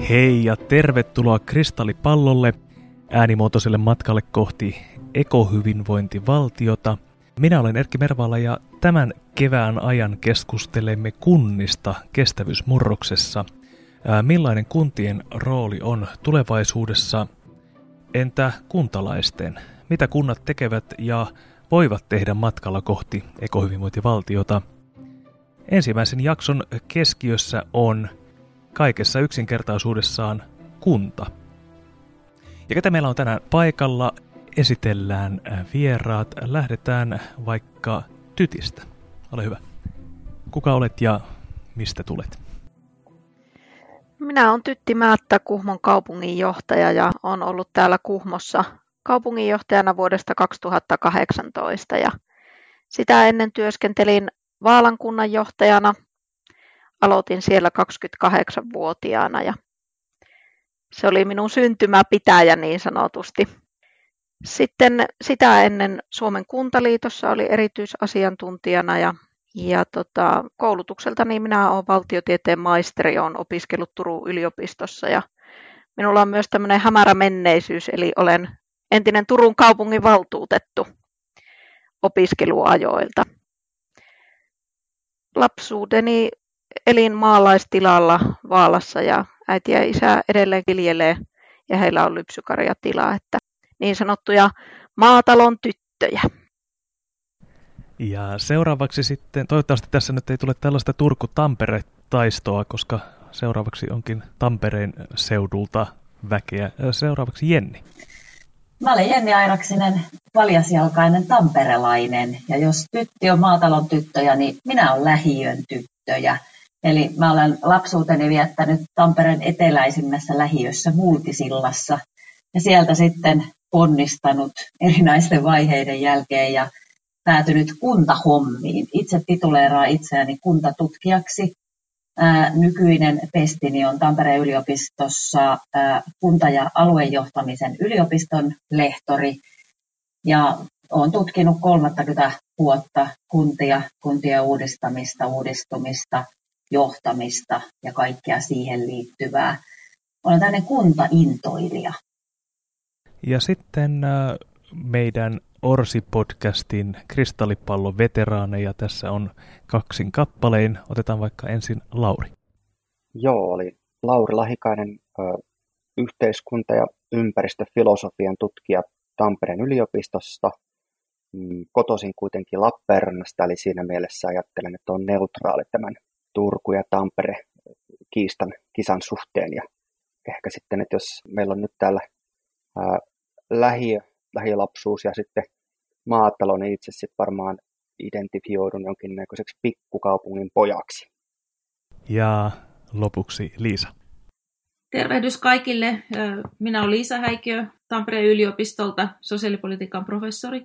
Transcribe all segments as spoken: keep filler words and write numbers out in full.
Hei ja tervetuloa Kristallipallolle, äänimuotoiselle matkalle kohti ekohyvinvointivaltiota. Minä olen Erkki Mervala ja tämän kevään ajan keskustelemme kunnista kestävyysmurroksessa. Ää, millainen kuntien rooli on tulevaisuudessa? Entä kuntalaisten? Mitä kunnat tekevät ja voivat tehdä matkalla kohti ekohyvinvointivaltiota? Ensimmäisen jakson keskiössä on kaikessa yksinkertaisuudessaan kunta. Ja ketä meillä on tänään paikalla, esitellään vieraat. Lähdetään vaikka Tytistä. Ole hyvä. Kuka olet ja mistä tulet? Minä olen Tytti Määttä, Kuhmon kaupunginjohtaja ja olen ollut täällä Kuhmossa kaupunginjohtajana vuodesta kaksituhattakahdeksantoista. Ja sitä ennen työskentelin Vaalan kunnanjohtajana. Aloitin siellä kaksikymmentäkahdeksanvuotiaana ja se oli minun syntymäpitäjä niin sanotusti. Sitten sitä ennen Suomen Kuntaliitossa oli erityisasiantuntijana ja, ja tota, koulutukselta niin minä olen valtiotieteen maisteri, olen opiskellut Turun yliopistossa ja minulla on myös tämmöinen hämärä menneisyys, eli olen entinen Turun kaupungin valtuutettu opiskeluajoilta. Lapsuuteni elin maalaistilalla Vaalassa ja äiti ja isä edelleen viljelee ja heillä on lypsykarjatila, että niin sanottuja maatalon tyttöjä. Ja seuraavaksi sitten, toivottavasti tässä nyt ei tule tällaista Turku-Tampere-taistoa, koska seuraavaksi onkin Tampereen seudulta väkeä. Seuraavaksi Jenni. Mä olen Jenni Airaksinen, valjasjalkainen tamperelainen ja jos tytti on maatalon tyttöjä, niin minä olen lähiön tyttöjä. Eli mä olen lapsuuteni viettänyt Tampereen eteläisimmässä lähiössä Multisillassa ja sieltä sitten ponnistanut erinäisten vaiheiden jälkeen ja päätynyt kuntahommiin. Itse tituleeraan itseäni kuntatutkijaksi. Ää, nykyinen pestini on Tampereen yliopistossa ää, kunta- ja aluejohtamisen yliopiston lehtori ja olen tutkinut kolmekymmentä vuotta kuntia, kuntien uudistamista, uudistumista, johtamista ja kaikkea siihen liittyvää. Olen tämmöinen kuntaintoilija. Ja sitten äh, meidän Orsi-podcastin Kristallipallon veteraaneja. Tässä on kaksin kappalein. Otetaan vaikka ensin Lauri. Joo, oli Lauri Lahikainen, ö, yhteiskunta- ja ympäristöfilosofian tutkija Tampereen yliopistosta. Kotoisin kuitenkin Lappeenrannasta, eli siinä mielessä ajattelen, että on neutraali tämän Turku ja Tampere kiistan kisan suhteen. Ja ehkä sitten, että jos meillä on nyt täällä ää, lähiö, lähilapsuus ja sitten maatalo, niin itse sitten varmaan identifioidun jonkinnäköiseksi pikkukaupungin pojaksi. Ja lopuksi Liisa. Tervehdys kaikille. Minä olen Liisa Häikiö Tampereen yliopistolta, sosiaalipolitiikan professori.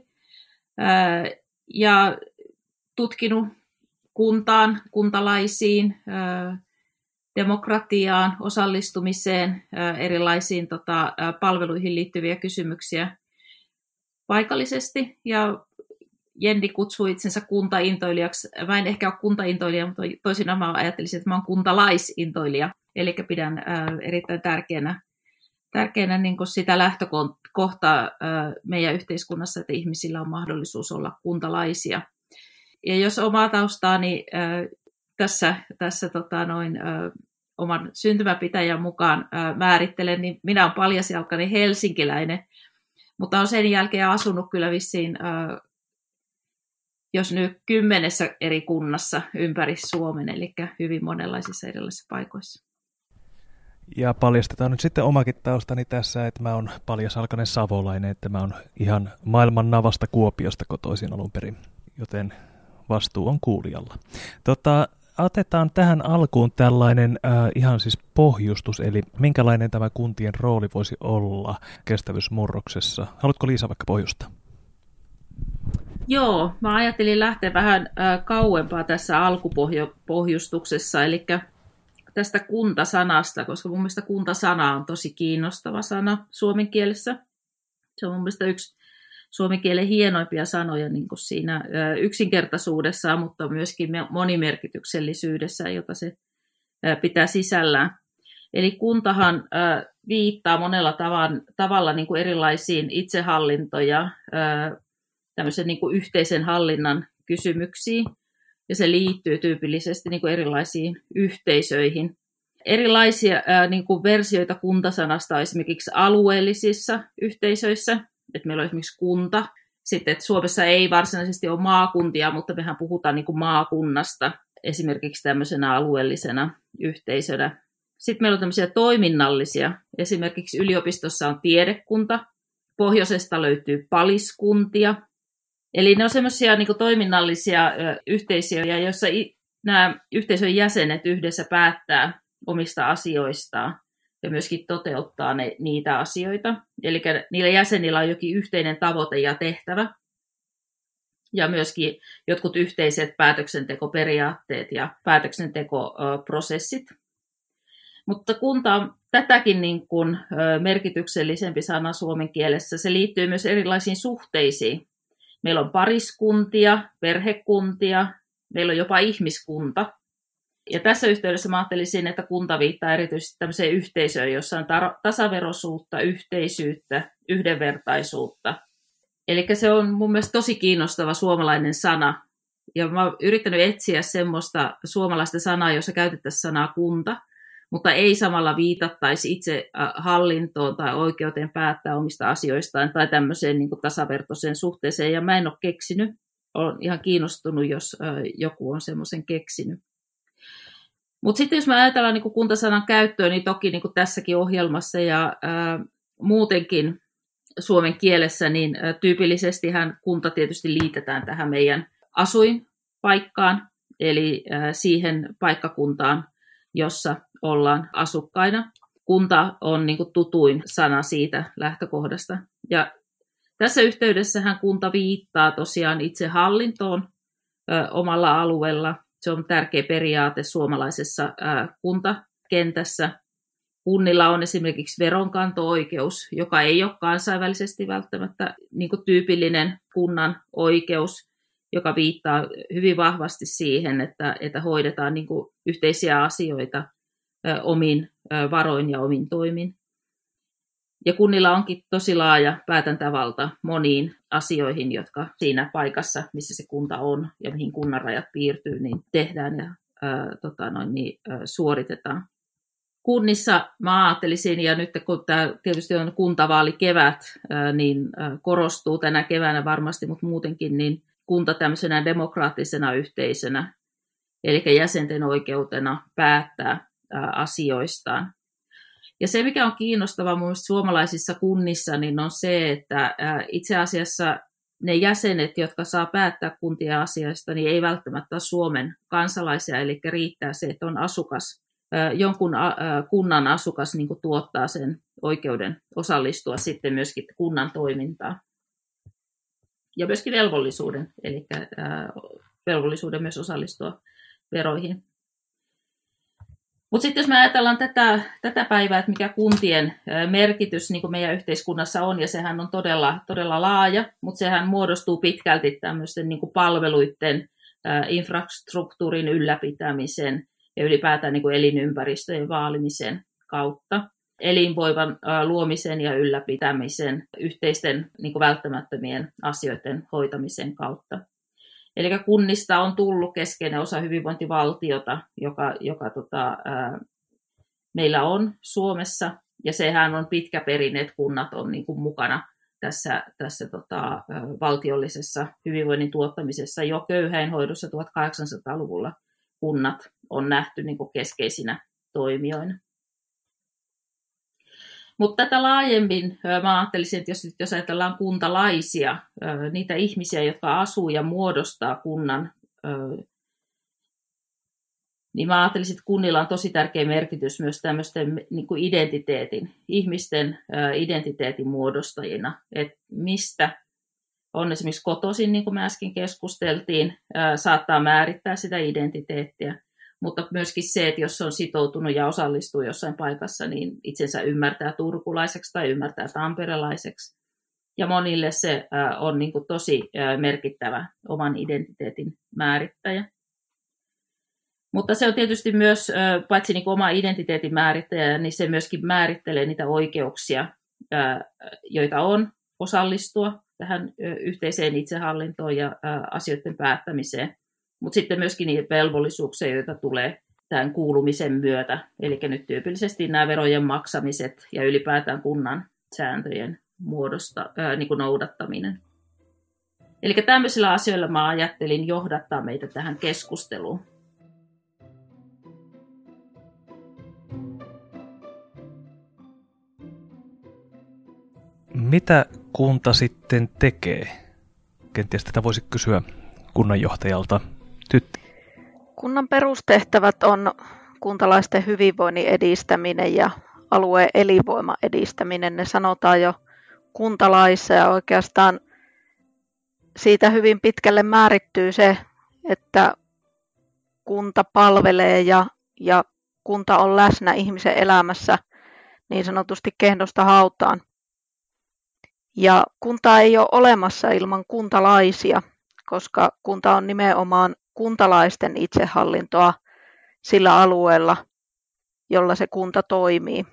Ja tutkinut kuntaan, kuntalaisiin, demokratiaan, osallistumiseen, erilaisiin tota, palveluihin liittyviä kysymyksiä paikallisesti. Ja Jenni kutsui itsensä kuntaintoilijaksi. Mä en ehkä ole kuntaintoilija, mutta toisinaan mä ajattelisin, että mä oon kuntalaisintoilija. Eli pidän erittäin tärkeänä, tärkeänä niin kuin sitä lähtökohtaa meidän yhteiskunnassa, että ihmisillä on mahdollisuus olla kuntalaisia. Ja jos omaa taustaani tässä, tässä tota noin, oman syntymäpitäjän mukaan määrittelen, niin minä olen paljasjalkainen helsinkiläinen, mutta olen sen jälkeen asunut kyllä vissiin, jos nyt kymmenessä eri kunnassa ympäri Suomen, eli hyvin monenlaisissa erilaisissa paikoissa. Ja paljastetaan nyt sitten omakin taustani tässä, että mä oon paljasalkainen savolainen, että mä oon ihan maailman navasta Kuopiosta kotoisin alun perin, joten vastuu on kuulijalla. Tota, otetaan tähän alkuun tällainen äh, ihan siis pohjustus, eli minkälainen tämä kuntien rooli voisi olla kestävyysmurroksessa. Haluatko Liisa vaikka pohjustaa? Joo, mä ajattelin lähteä vähän äh, kauempaa tässä alkupohjustuksessa, eli tästä kuntasanasta, koska mun mielestä kuntasana on tosi kiinnostava sana suomen kielessä. Se on mun mielestä yksi suomen kielen hienoimpia sanoja niin kuin siinä yksinkertaisuudessa, mutta myöskin monimerkityksellisyydessä, jota se pitää sisällään. Eli kuntahan äh, viittaa monella tavan, tavalla niin kuin erilaisiin itsehallintoja, äh, tämmöisen niin kuin yhteisen hallinnan kysymyksiin, ja se liittyy tyypillisesti niin kuin erilaisiin yhteisöihin. Erilaisia ää, niin kuin versioita kuntasanasta on esimerkiksi alueellisissa yhteisöissä, että meillä on esimerkiksi kunta, sitten että Suomessa ei varsinaisesti ole maakuntia, mutta mehän puhutaan niin kuin maakunnasta esimerkiksi tämmöisenä alueellisena yhteisönä. Sitten meillä on tämmöisiä toiminnallisia, esimerkiksi yliopistossa on tiedekunta, pohjoisesta löytyy paliskuntia, eli ne on semmoisia niin kuin toiminnallisia ö, yhteisöjä, joissa i, nämä yhteisön jäsenet yhdessä päättää omista asioistaan ja myöskin toteuttaa ne, niitä asioita. Eli niillä jäsenillä on jokin yhteinen tavoite ja tehtävä ja myöskin jotkut yhteiset päätöksentekoperiaatteet ja päätöksentekoprosessit. Mutta kunta on tätäkin niin kuin merkityksellisempi sana suomen kielessä. Se liittyy myös erilaisiin suhteisiin. Meillä on pariskuntia, perhekuntia, meillä on jopa ihmiskunta. Ja tässä yhteydessä mä ajattelisin, että kunta viittaa erityisesti tämmöiseen yhteisöön, jossa on tasaveroisuutta, yhteisyyttä, yhdenvertaisuutta. Eli se on mun mielestä tosi kiinnostava suomalainen sana. Ja mä oon yrittänyt etsiä semmoista suomalaista sanaa, jossa käytettäisiin sanaa kunta, mutta ei samalla viitattaisi itse hallintoon tai oikeuteen päättää omista asioistaan tai tämmöiseen niin kuin tasavertoiseen suhteeseen. Ja mä en ole keksinyt. Olen ihan kiinnostunut, jos joku on semmoisen keksinyt. Mutta sitten jos me ajatellaan niin kuin kuntasanan käyttöä, niin toki niin kuin tässäkin ohjelmassa ja ää, muutenkin suomen kielessä, niin ää, tyypillisestihän kunta tietysti liitetään tähän meidän asuinpaikkaan, eli ää, siihen paikkakuntaan, jossa ollaan asukkaina. Kunta on niin kuin tutuin sana siitä lähtökohdasta. Ja tässä yhteydessähän kunta viittaa tosiaan itse hallintoon ää, omalla alueella. Se on tärkeä periaate suomalaisessa ää, kuntakentässä. Kunnilla on esimerkiksi veronkanto-oikeus, joka ei ole kansainvälisesti välttämättä niin kuin tyypillinen kunnan oikeus, joka viittaa hyvin vahvasti siihen, että, että hoidetaan niin kuin yhteisiä asioita ää, omin ää, varoin ja omin toimin. Ja kunnilla onkin tosi laaja päätäntävalta moniin asioihin, jotka siinä paikassa, missä se kunta on ja mihin kunnan rajat piirtyy, niin tehdään ja ää, tota noin, niin, ää, suoritetaan. Kunnissa mä ajattelisin, ja nyt kun tämä tietysti on kuntavaalikevät, ää, niin ää, korostuu tänä keväänä varmasti, mutta muutenkin, niin kunta tämmöisenä demokraattisena yhteisönä, eli jäsenten oikeutena päättää ää, asioistaan. Ja se, mikä on kiinnostavaa mun mielestä suomalaisissa kunnissa, niin on se, että itse asiassa ne jäsenet, jotka saa päättää kuntien asioista, niin ei välttämättä ole Suomen kansalaisia, eli riittää se, että on asukas, jonkun kunnan asukas niin kuin tuottaa sen oikeuden osallistua sitten myöskin kunnan toimintaan. Ja myöskin velvollisuuden, eli velvollisuuden myös osallistua veroihin. Mutta sitten jos me ajatellaan tätä, tätä päivää, että mikä kuntien merkitys niin kuin meidän yhteiskunnassa on, ja sehän on todella, todella laaja, mutta sehän muodostuu pitkälti tämmöisten niin kuin palveluiden, infrastruktuurin ylläpitämisen ja ylipäätään niin kuin elinympäristöjen vaalimisen kautta, elinvoivan luomisen ja ylläpitämisen, yhteisten niin kuin välttämättömien asioiden hoitamisen kautta. Eli kunnista on tullut keskeinen osa hyvinvointivaltiota, joka, joka tota, ää, meillä on Suomessa. Ja sehän on pitkä perinne, että kunnat on niin kuin mukana tässä, tässä tota, ää, valtiollisessa hyvinvoinnin tuottamisessa. Jo köyhäinhoidossa tuhatkahdeksansataaluvulla kunnat on nähty niin kuin keskeisinä toimijoina. Mutta tätä laajemmin mä ajattelisin, että jos, jos ajatellaan kuntalaisia, niitä ihmisiä, jotka asuu ja muodostaa kunnan, niin mä ajattelisin, että kunnilla on tosi tärkeä merkitys myös tämmöisten niin kuin identiteetin, ihmisten identiteetin muodostajina, että mistä on esimerkiksi kotoisin, niin kuin me äsken keskusteltiin, saattaa määrittää sitä identiteettiä. Mutta myöskin se, että jos on sitoutunut ja osallistuu jossain paikassa, niin itsensä ymmärtää turkulaiseksi tai ymmärtää tamperelaiseksi. Ja monille se on niin kuin tosi merkittävä oman identiteetin määrittäjä. Mutta se on tietysti myös, paitsi niin kuin oma identiteetin määrittäjä, niin se myöskin määrittelee niitä oikeuksia, joita on osallistua tähän yhteiseen itsehallintoon ja asioiden päättämiseen. Mutta sitten myöskin niitä velvollisuuksia, joita tulee tämän kuulumisen myötä. Eli nyt tyypillisesti nämä verojen maksamiset ja ylipäätään kunnan sääntöjen muodosta ää, niin kuin noudattaminen. Eli tämmöisillä asioilla mä ajattelin johdattaa meitä tähän keskusteluun. Mitä kunta sitten tekee? Kenties tätä voisi kysyä kunnanjohtajalta. Tytti. Kunnan perustehtävät on kuntalaisten hyvinvoinnin edistäminen ja alueen elinvoiman edistäminen. Ne sanotaan jo kuntalaissa ja oikeastaan siitä hyvin pitkälle määrittyy se, että kunta palvelee ja, ja kunta on läsnä ihmisen elämässä niin sanotusti kehdosta hautaan. Ja kunta ei ole olemassa ilman kuntalaisia, koska kunta on nimenomaan kuntalaisten itsehallintoa sillä alueella, jolla se kunta toimii.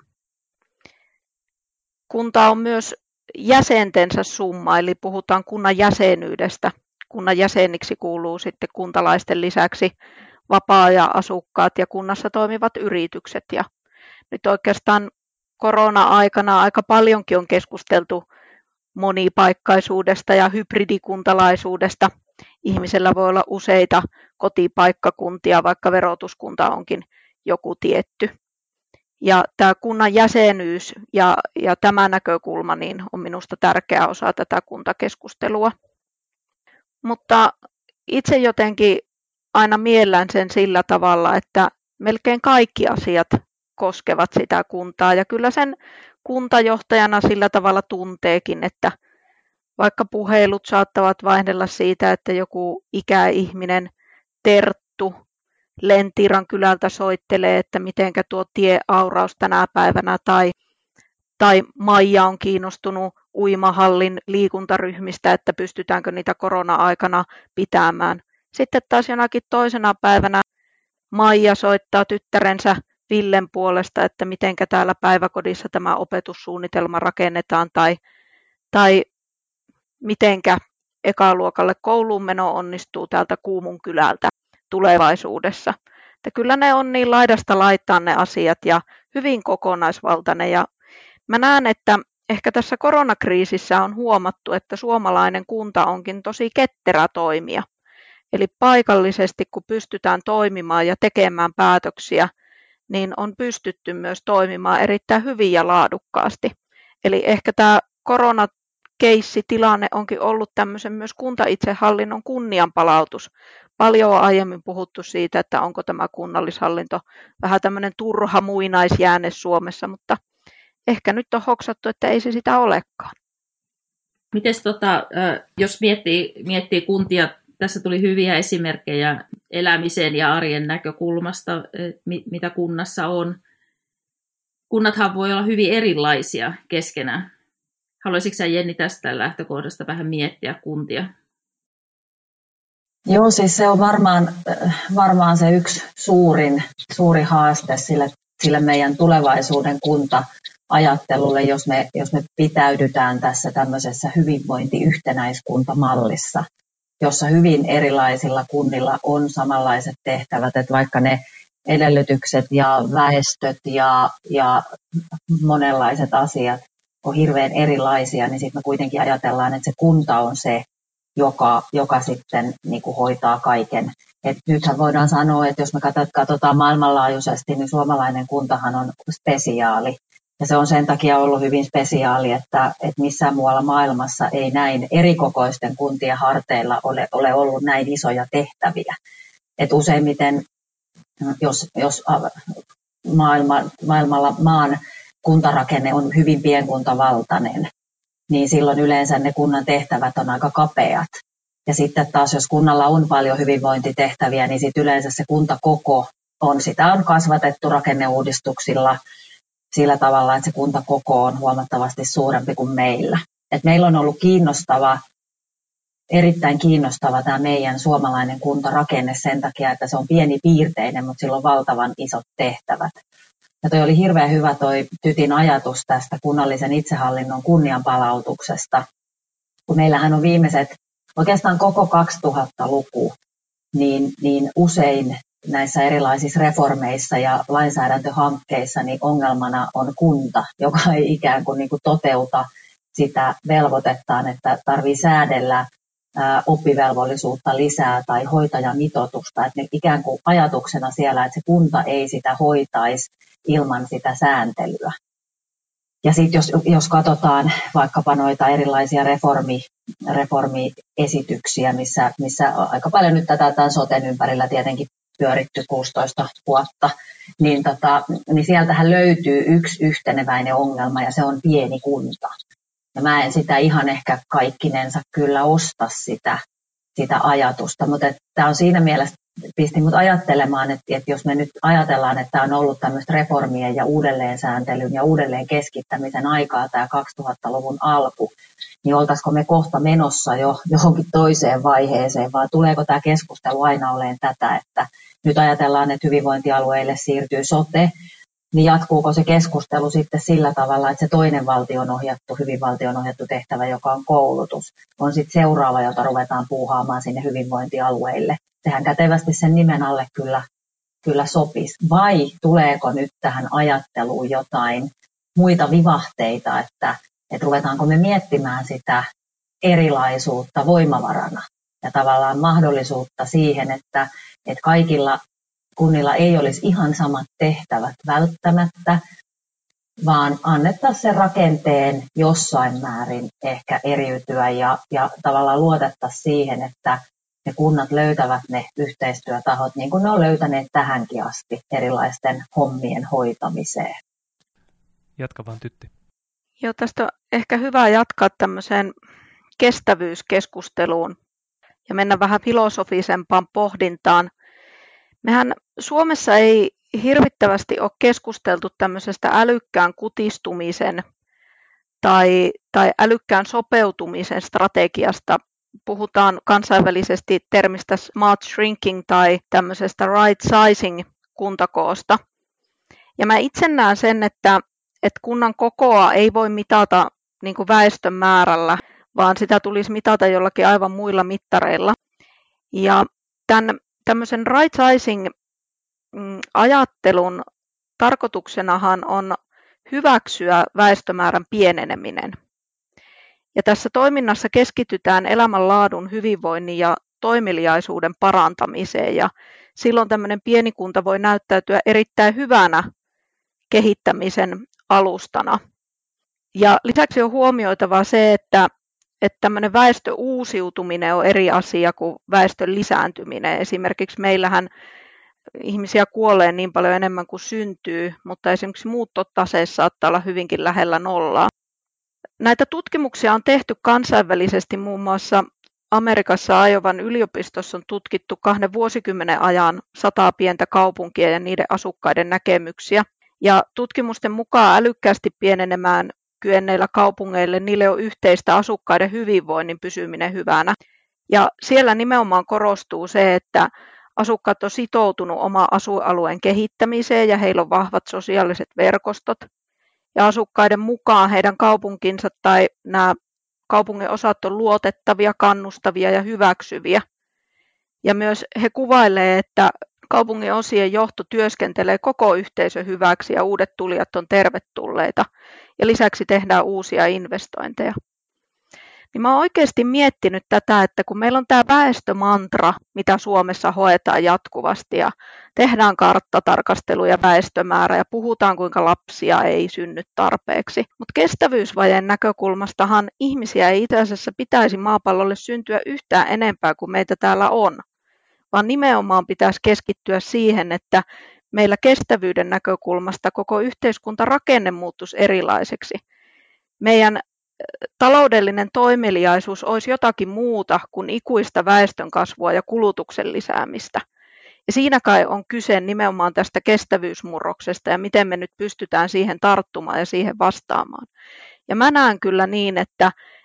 Kunta on myös jäsentensä summa, eli puhutaan kunnan jäsenyydestä. Kunnan jäseniksi kuuluu sitten kuntalaisten lisäksi vapaa-ajan-asukkaat ja kunnassa toimivat yritykset. Ja nyt oikeastaan korona-aikana aika paljonkin on keskusteltu monipaikkaisuudesta ja hybridikuntalaisuudesta. Ihmisellä voi olla useita kotipaikkakuntia, vaikka verotuskunta onkin joku tietty. Ja tämä kunnan jäsenyys ja, ja tämä näkökulma niin on minusta tärkeä osa tätä kuntakeskustelua. Mutta itse jotenkin aina miellän sen sillä tavalla, että melkein kaikki asiat koskevat sitä kuntaa. Ja kyllä sen kuntajohtajana sillä tavalla tunteekin, että vaikka puhelut saattavat vaihdella siitä, että joku ikäihminen Terttu Lentiran kylältä soittelee, että mitenkä tuo tieauraus tänä päivänä, tai, tai Maija on kiinnostunut uimahallin liikuntaryhmistä, että pystytäänkö niitä korona-aikana pitämään. Sitten taas jonakin toisena päivänä Maija soittaa tyttärensä Villen puolesta, että mitenkä täällä päiväkodissa tämä opetussuunnitelma rakennetaan, tai, tai mitenkä ekaluokalle kouluun meno onnistuu täältä Kuumun kylältä tulevaisuudessa. Että kyllä ne on niin laidasta laittaa ne asiat ja hyvin kokonaisvaltainen. Ja mä näen, että ehkä tässä koronakriisissä on huomattu, että suomalainen kunta onkin tosi ketterä toimija. Eli paikallisesti, kun pystytään toimimaan ja tekemään päätöksiä, niin on pystytty myös toimimaan erittäin hyvin ja laadukkaasti. Eli ehkä tämä koronakeissitilanne onkin ollut tämmöisen myös kuntaitsehallinnon kunnianpalautus. Paljon on aiemmin puhuttu siitä, että onko tämä kunnallishallinto vähän tämmöinen turha muinaisjäänne Suomessa, mutta ehkä nyt on hoksattu, että ei se sitä olekaan. Mites tota, jos miettii, miettii kuntia, tässä tuli hyviä esimerkkejä elämisen ja arjen näkökulmasta, mitä kunnassa on. Kunnathan voi olla hyvin erilaisia keskenään. Haluaisitko sä, Jenni, tästä lähtökohdasta vähän miettiä kuntia? Joo, siis se on varmaan, varmaan se yksi suurin, suuri haaste sille, sille meidän tulevaisuuden kunta-ajattelulle, jos me, jos me pitäydytään tässä tämmöisessä hyvinvointiyhtenäiskuntamallissa, jossa hyvin erilaisilla kunnilla on samanlaiset tehtävät, että vaikka ne edellytykset ja väestöt ja, ja monenlaiset asiat on hirveän erilaisia, niin sitten me kuitenkin ajatellaan, että se kunta on se, joka, joka sitten niin kuin hoitaa kaiken. Et nythän voidaan sanoa, että jos me katsotaan maailmanlaajuisesti, niin suomalainen kuntahan on spesiaali. Ja se on sen takia ollut hyvin spesiaali, että, että missään muualla maailmassa ei näin erikokoisten kuntien harteilla ole, ole ollut näin isoja tehtäviä. Et useimmiten, jos, jos maailma, maailmalla maan kuntarakenne on hyvin pienkuntavaltainen, niin silloin yleensä ne kunnan tehtävät on aika kapeat. Ja sitten taas, jos kunnalla on paljon hyvinvointitehtäviä, niin sitten yleensä se kuntakoko on, sitä on kasvatettu rakenneuudistuksilla sillä tavalla, että se kuntakoko on huomattavasti suurempi kuin meillä. Et meillä on ollut kiinnostava erittäin kiinnostava tämä meidän suomalainen kuntarakenne sen takia, että se on pienipiirteinen, mutta sillä on valtavan isot tehtävät. Ja toi oli hirveän hyvä toi Tytin ajatus tästä kunnallisen itsehallinnon kunnianpalautuksesta, kun meillähän on viimeiset, oikeastaan koko kaksituhattaluku, niin, niin usein näissä erilaisissa reformeissa ja lainsäädäntöhankkeissa niin ongelmana on kunta, joka ei ikään kuin, niin kuin toteuta sitä velvoitettaan, että tarvii säädellä ää, oppivelvollisuutta lisää tai hoitajamitoitusta. Että ne ikään kuin ajatuksena siellä, että se kunta ei sitä hoitaisi ilman sitä sääntelyä. Ja sitten jos, jos katsotaan vaikkapa noita erilaisia reformi, reformiesityksiä, missä, missä aika paljon nyt tätä tämän soten ympärillä tietenkin pyöritty kuusitoista vuotta, niin, tota, niin sieltähän löytyy yksi yhteneväinen ongelma ja se on pieni kunta. Ja mä en sitä ihan ehkä kaikkinensa kyllä osta sitä, sitä ajatusta, mutta tämä on siinä mielessä pisti mut ajattelemaan, että, että jos me nyt ajatellaan, että tämä on ollut tämmöistä reformien ja uudelleensääntelyn ja uudelleen keskittämisen aikaa tämä kaksituhattaluvun alku, niin oltaisiko me kohta menossa jo johonkin toiseen vaiheeseen, vai tuleeko tämä keskustelu aina olemaan tätä, että nyt ajatellaan, että hyvinvointialueille siirtyy sote, niin jatkuuko se keskustelu sitten sillä tavalla, että se toinen valtion ohjattu, hyvin valtion ohjattu tehtävä, joka on koulutus, on sitten seuraava, jota ruvetaan puuhaamaan sinne hyvinvointialueille. Sehän kätevästi sen nimen alle kyllä, kyllä sopisi. Vai tuleeko nyt tähän ajatteluun jotain muita vivahteita, että, että ruvetaanko me miettimään sitä erilaisuutta voimavarana ja tavallaan mahdollisuutta siihen, että, että kaikilla kunnilla ei olisi ihan samat tehtävät välttämättä, vaan annettaisiin sen rakenteen jossain määrin ehkä eriytyä ja, ja tavallaan luotettaisiin siihen, että ne kunnat löytävät ne yhteistyötahot, niin kuin ne on löytäneet tähänkin asti erilaisten hommien hoitamiseen. Jatka vaan, Tytti. Joo, tästä on ehkä hyvä jatkaa tämmöiseen kestävyyskeskusteluun ja mennä vähän filosofisempaan pohdintaan. Mehän Suomessa ei hirvittävästi ole keskusteltu tämmöisestä älykkään kutistumisen tai, tai älykkään sopeutumisen strategiasta. Puhutaan kansainvälisesti termistä smart shrinking tai tämmöisestä right sizing kuntakoosta. Ja mä itse näen sen, että, että kunnan kokoa ei voi mitata niin kuin väestön määrällä, vaan sitä tulisi mitata jollakin aivan muilla mittareilla. Ja tämän tämmöisen right sizing ajattelun tarkoituksenahan on hyväksyä väestömäärän pieneneminen. Ja tässä toiminnassa keskitytään elämänlaadun, hyvinvoinnin ja toimeliaisuuden parantamiseen. Ja silloin tämmöinen pieni kunta voi näyttäytyä erittäin hyvänä kehittämisen alustana. Ja lisäksi on huomioitava se, että, että tämmöinen väestön uusiutuminen on eri asia kuin väestön lisääntyminen. Esimerkiksi meillähän ihmisiä kuolee niin paljon enemmän kuin syntyy, mutta esimerkiksi muuttotaseessa saattaa olla hyvinkin lähellä nollaa. Näitä tutkimuksia on tehty kansainvälisesti, muun muassa Amerikassa Iowan yliopistossa on tutkittu kahden vuosikymmenen ajan sataa pientä kaupunkia ja niiden asukkaiden näkemyksiä. Ja tutkimusten mukaan älykkäästi pienenemään kyenneillä kaupungeille, niille on yhteistä asukkaiden hyvinvoinnin pysyminen hyvänä. Ja siellä nimenomaan korostuu se, että asukkaat on sitoutunut oman asuinalueen kehittämiseen ja heillä on vahvat sosiaaliset verkostot. Ja asukkaiden mukaan heidän kaupunkinsa tai nämä kaupungin osat on luotettavia, kannustavia ja hyväksyviä. Ja myös he kuvailee, että kaupungin osien johto työskentelee koko yhteisön hyväksi ja uudet tulijat on tervetulleita. Ja lisäksi tehdään uusia investointeja. Niin mä oon oikeasti miettinyt tätä, että kun meillä on tämä väestömantra, mitä Suomessa hoetaan jatkuvasti ja tehdään karttatarkasteluja väestömäärä ja puhutaan, kuinka lapsia ei synny tarpeeksi. Mutta kestävyysvajeen näkökulmastahan ihmisiä ei itse asiassa pitäisi maapallolle syntyä yhtään enempää kuin meitä täällä on, vaan nimenomaan pitäisi keskittyä siihen, että meillä kestävyyden näkökulmasta koko yhteiskuntarakenne muuttuisi erilaiseksi. Meidän taloudellinen toimeliaisuus olisi jotakin muuta kuin ikuista väestönkasvua ja kulutuksen lisäämistä. Ja siinä kai on kyse nimenomaan tästä kestävyysmurroksesta ja miten me nyt pystytään siihen tarttumaan ja siihen vastaamaan. Ja mä näen kyllä niin, että,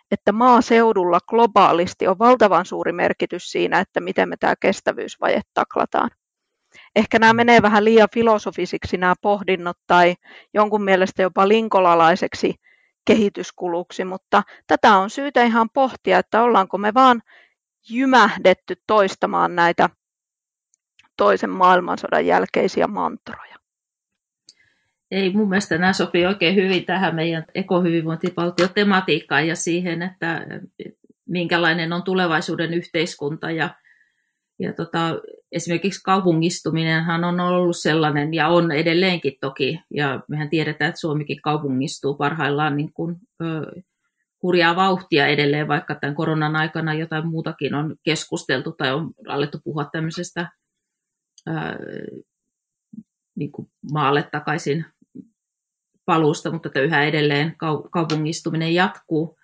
että maaseudulla globaalisti on valtavan suuri merkitys siinä, että miten me tämä kestävyysvaje taklataan. Ehkä nämä menee vähän liian filosofisiksi nämä pohdinnot tai jonkun mielestä jopa linkolalaiseksi kehityskuluksi, mutta tätä on syytä ihan pohtia, että ollaanko me vaan jymähdetty toistamaan näitä toisen maailmansodan jälkeisiä mantroja. Ei, mun mielestä nämä sopii oikein hyvin tähän meidän ekohyvinvointivaltiotematiikkaan ja siihen, että minkälainen on tulevaisuuden yhteiskunta. Ja, ja tota, esimerkiksi kaupungistuminenhan on ollut sellainen ja on edelleenkin toki. Ja mehän tiedetään, että Suomikin kaupungistuu parhaillaan niin kuin, ö, hurjaa vauhtia edelleen, vaikka tämän koronan aikana jotain muutakin on keskusteltu tai on alettu puhua tämmöisestä ö, niin kuin maalle takaisin paluusta, mutta että yhä edelleen kaupungistuminen jatkuu.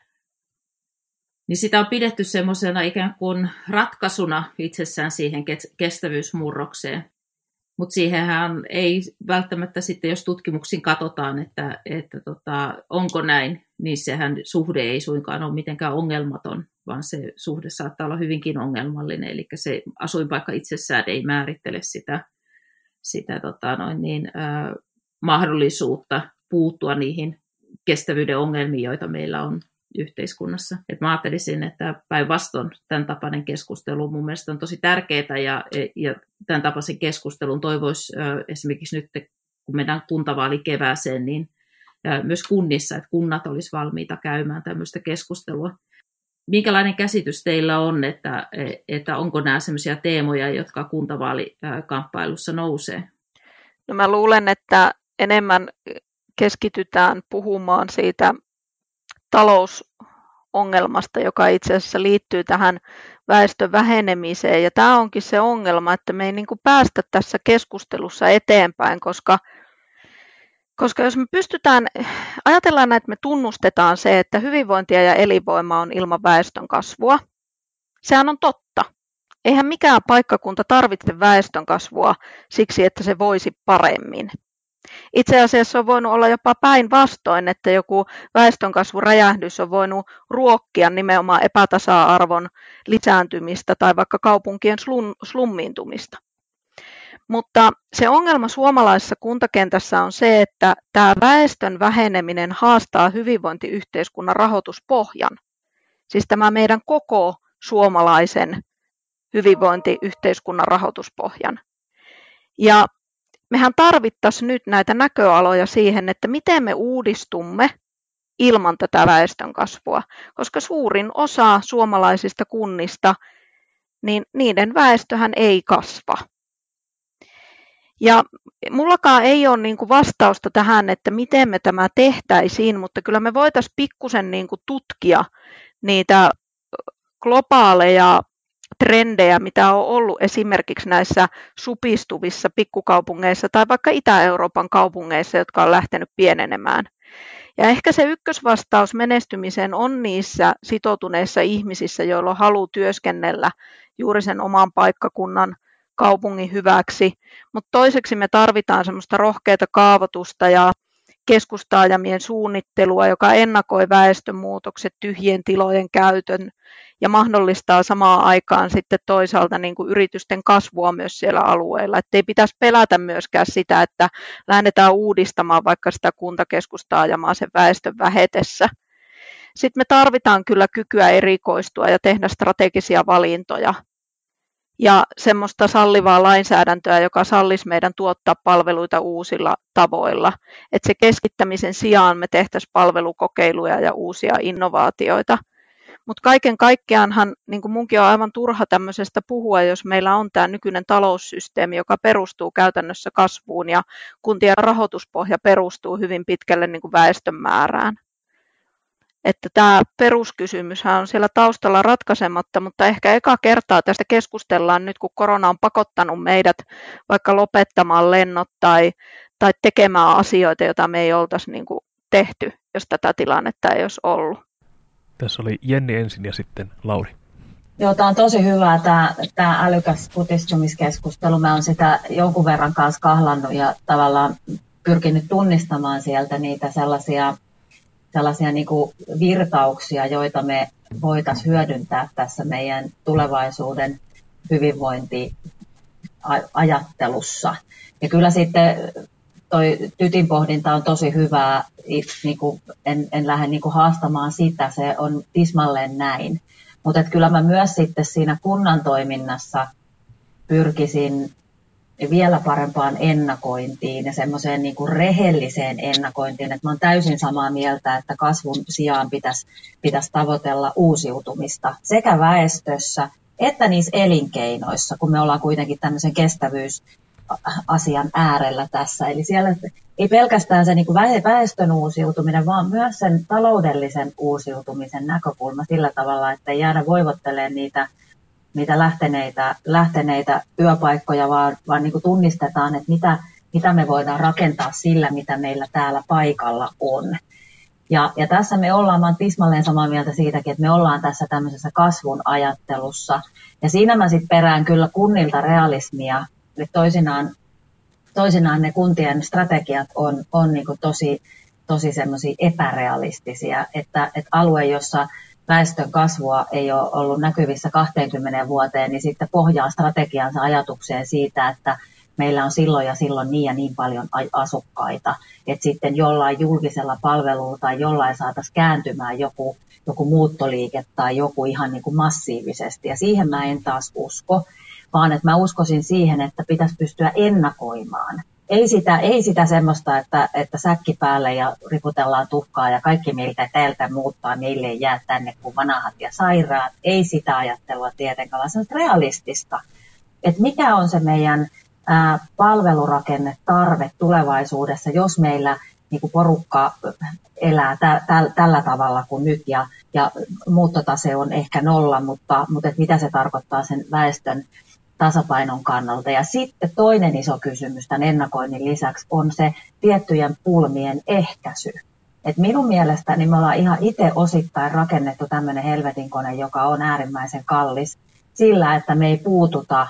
Niin sitä on pidetty semmoisena ikään kuin ratkaisuna itsessään siihen kestävyysmurrokseen. Mutta siihenhän ei välttämättä sitten, jos tutkimuksin katsotaan, että, että tota, onko näin, niin sehän suhde ei suinkaan ole mitenkään ongelmaton, vaan se suhde saattaa olla hyvinkin ongelmallinen. Eli se asuinpaikka itsessään ei määrittele sitä, sitä tota noin niin, äh, mahdollisuutta puuttua niihin kestävyyden ongelmiin, joita meillä on yhteiskunnassa. Et mä ajattelisin, että päinvastoin tämän tapainen keskustelu mun mielestä on tosi tärkeää ja, ja tämän tapaisen keskustelun toivoisi äh, esimerkiksi nyt, kun mennään kuntavaalikevääseen, niin äh, myös kunnissa, että kunnat olisi valmiita käymään tämmöistä keskustelua. Minkälainen käsitys teillä on, että, että onko nämä sellaisia teemoja, jotka kuntavaalikamppailussa nousee? No mä luulen, että enemmän keskitytään puhumaan siitä talousongelmasta, joka itse asiassa liittyy tähän väestön vähenemiseen. Ja tämä onkin se ongelma, että me ei niin kuin päästä tässä keskustelussa eteenpäin, koska, koska jos me pystytään, ajatellaan näin, että me tunnustetaan se, että hyvinvointia ja elinvoimaa on ilman väestön kasvua. Sehän on totta. Eihän mikään paikkakunta tarvitse väestön kasvua siksi, että se voisi paremmin. Itse asiassa on voinut olla jopa päinvastoin, että joku väestönkasvuräjähdys on voinut ruokkia nimenomaan epätasa-arvon lisääntymistä tai vaikka kaupunkien slummiintumista. Mutta se ongelma suomalaisessa kuntakentässä on se, että tämä väestön väheneminen haastaa hyvinvointiyhteiskunnan rahoituspohjan. Siis tämä meidän koko suomalaisen hyvinvointiyhteiskunnan rahoituspohjan. Ja mehän tarvittaisiin nyt näitä näköaloja siihen, että miten me uudistumme ilman tätä väestönkasvua, koska suurin osa suomalaisista kunnista, niin niiden väestöhän ei kasva. Ja mullakaan ei ole niin kuin vastausta tähän, että miten me tämä tehtäisiin, mutta kyllä me voitaisiin pikkusen niin kuin tutkia niitä globaaleja trendejä, mitä on ollut esimerkiksi näissä supistuvissa pikkukaupungeissa tai vaikka Itä-Euroopan kaupungeissa, jotka on lähtenyt pienenemään. Ja ehkä se ykkösvastaus menestymiseen on niissä sitoutuneissa ihmisissä, joilla on halu työskennellä juuri sen oman paikkakunnan kaupungin hyväksi. Mutta toiseksi me tarvitaan semmoista rohkeata kaavoitusta ja keskustaajamien suunnittelua, joka ennakoi väestönmuutokset, tyhjien tilojen käytön ja mahdollistaa samaan aikaan sitten toisaalta niin kuin yritysten kasvua myös siellä alueella. Että ei pitäisi pelätä myöskään sitä, että lähdetään uudistamaan vaikka sitä kuntakeskustaajamaa sen väestön vähetessä. Sitten me tarvitaan kyllä kykyä erikoistua ja tehdä strategisia valintoja ja semmoista sallivaa lainsäädäntöä, joka sallisi meidän tuottaa palveluita uusilla tavoilla. Että se keskittämisen sijaan me tehtäisiin palvelukokeiluja ja uusia innovaatioita. Mutta kaiken kaikkiaanhan, niin kuin munkin on aivan turha tämmöisestä puhua, jos meillä on tämä nykyinen taloussysteemi, joka perustuu käytännössä kasvuun ja kuntien rahoituspohja perustuu hyvin pitkälle niin kuin väestön määrään. Että tämä peruskysymyshän on siellä taustalla ratkaisematta, mutta ehkä eka kertaa tästä keskustellaan nyt, kun korona on pakottanut meidät vaikka lopettamaan lennot tai, tai tekemään asioita, joita me ei oltaisi niin kuin tehty, jos tätä tilannetta ei olisi ollut. Tässä oli Jenni ensin ja sitten Lauri. Joo, tämä on tosi hyvä tämä, tämä älykäs kutistumiskeskustelu. Mä oon sitä jonkun verran kanssa kahlannut ja tavallaan pyrkinyt tunnistamaan sieltä niitä sellaisia sellaisia niin kuin virtauksia, joita me voitaisiin hyödyntää tässä meidän tulevaisuuden hyvinvointiajattelussa. Ja kyllä sitten toi tytin pohdinta on tosi hyvää, niin kuin en, en lähde niin kuin haastamaan sitä, se on tismalleen näin. Mutta kyllä mä myös sitten siinä kunnan toiminnassa pyrkisin vielä parempaan ennakointiin ja semmoiseen niin kuin rehelliseen ennakointiin, että mä oon täysin samaa mieltä, että kasvun sijaan pitäisi, pitäisi tavoitella uusiutumista sekä väestössä että niissä elinkeinoissa, kun me ollaan kuitenkin tämmöisen kestävyysasian äärellä tässä. Eli siellä ei pelkästään se niin kuin väestön uusiutuminen, vaan myös sen taloudellisen uusiutumisen näkökulma sillä tavalla, että ei jäädä voivottelemaan niitä niitä lähteneitä, lähteneitä työpaikkoja, vaan, vaan niin kuin tunnistetaan, että mitä, mitä me voidaan rakentaa sillä, mitä meillä täällä paikalla on. Ja, ja tässä me ollaan, mä olen tismalleen samaa mieltä siitäkin, että me ollaan tässä tämmöisessä kasvun ajattelussa. Ja siinä mä sitten perään kyllä kunnilta realismia, että toisinaan, toisinaan ne kuntien strategiat on, on niin kuin tosi, tosi semmoisia epärealistisia, että, että alue, jossa väestön kasvua ei ole ollut näkyvissä kaksikymmentä vuoteen, niin sitten pohjaa strategiansa ajatukseen siitä, että meillä on silloin ja silloin niin ja niin paljon asukkaita, että sitten jollain julkisella palvelulla tai jollain saataisiin kääntymään joku, joku muuttoliike tai joku ihan niin kuin massiivisesti. Ja siihen mä en taas usko, vaan että mä uskoisin siihen, että pitäisi pystyä ennakoimaan. Ei sitä, ei sitä semmoista, että, että säkki päälle ja riputellaan tuhkaa ja kaikki miltä täältä muuttaa, meille ei jää tänne kuin vanahat ja sairaat. Ei sitä ajattelua tietenkään, vaan se on realistista. Että mikä on se meidän ää, palvelurakennetarve tulevaisuudessa, jos meillä niin kuin porukka elää tä, tä, tällä tavalla kuin nyt ja, ja muuttotase on ehkä nolla, mutta, mutta et mitä se tarkoittaa sen väestön tasapainon kannalta. Ja sitten toinen iso kysymys tämän ennakoinnin lisäksi on se tiettyjen pulmien ehkäisy. Et minun mielestäni me ollaan ihan itse osittain rakennettu tämmöinen helvetin kone, joka on äärimmäisen kallis sillä, että me ei puututa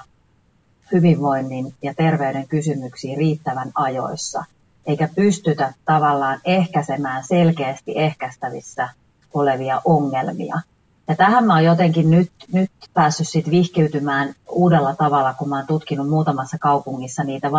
hyvinvoinnin ja terveyden kysymyksiin riittävän ajoissa, eikä pystytä tavallaan ehkäisemään selkeästi ehkäistävissä olevia ongelmia. Ja tähän mä oon jotenkin nyt, nyt päässyt sit vihkiytymään uudella tavalla, kun mä oon tutkinut muutamassa kaupungissa niitä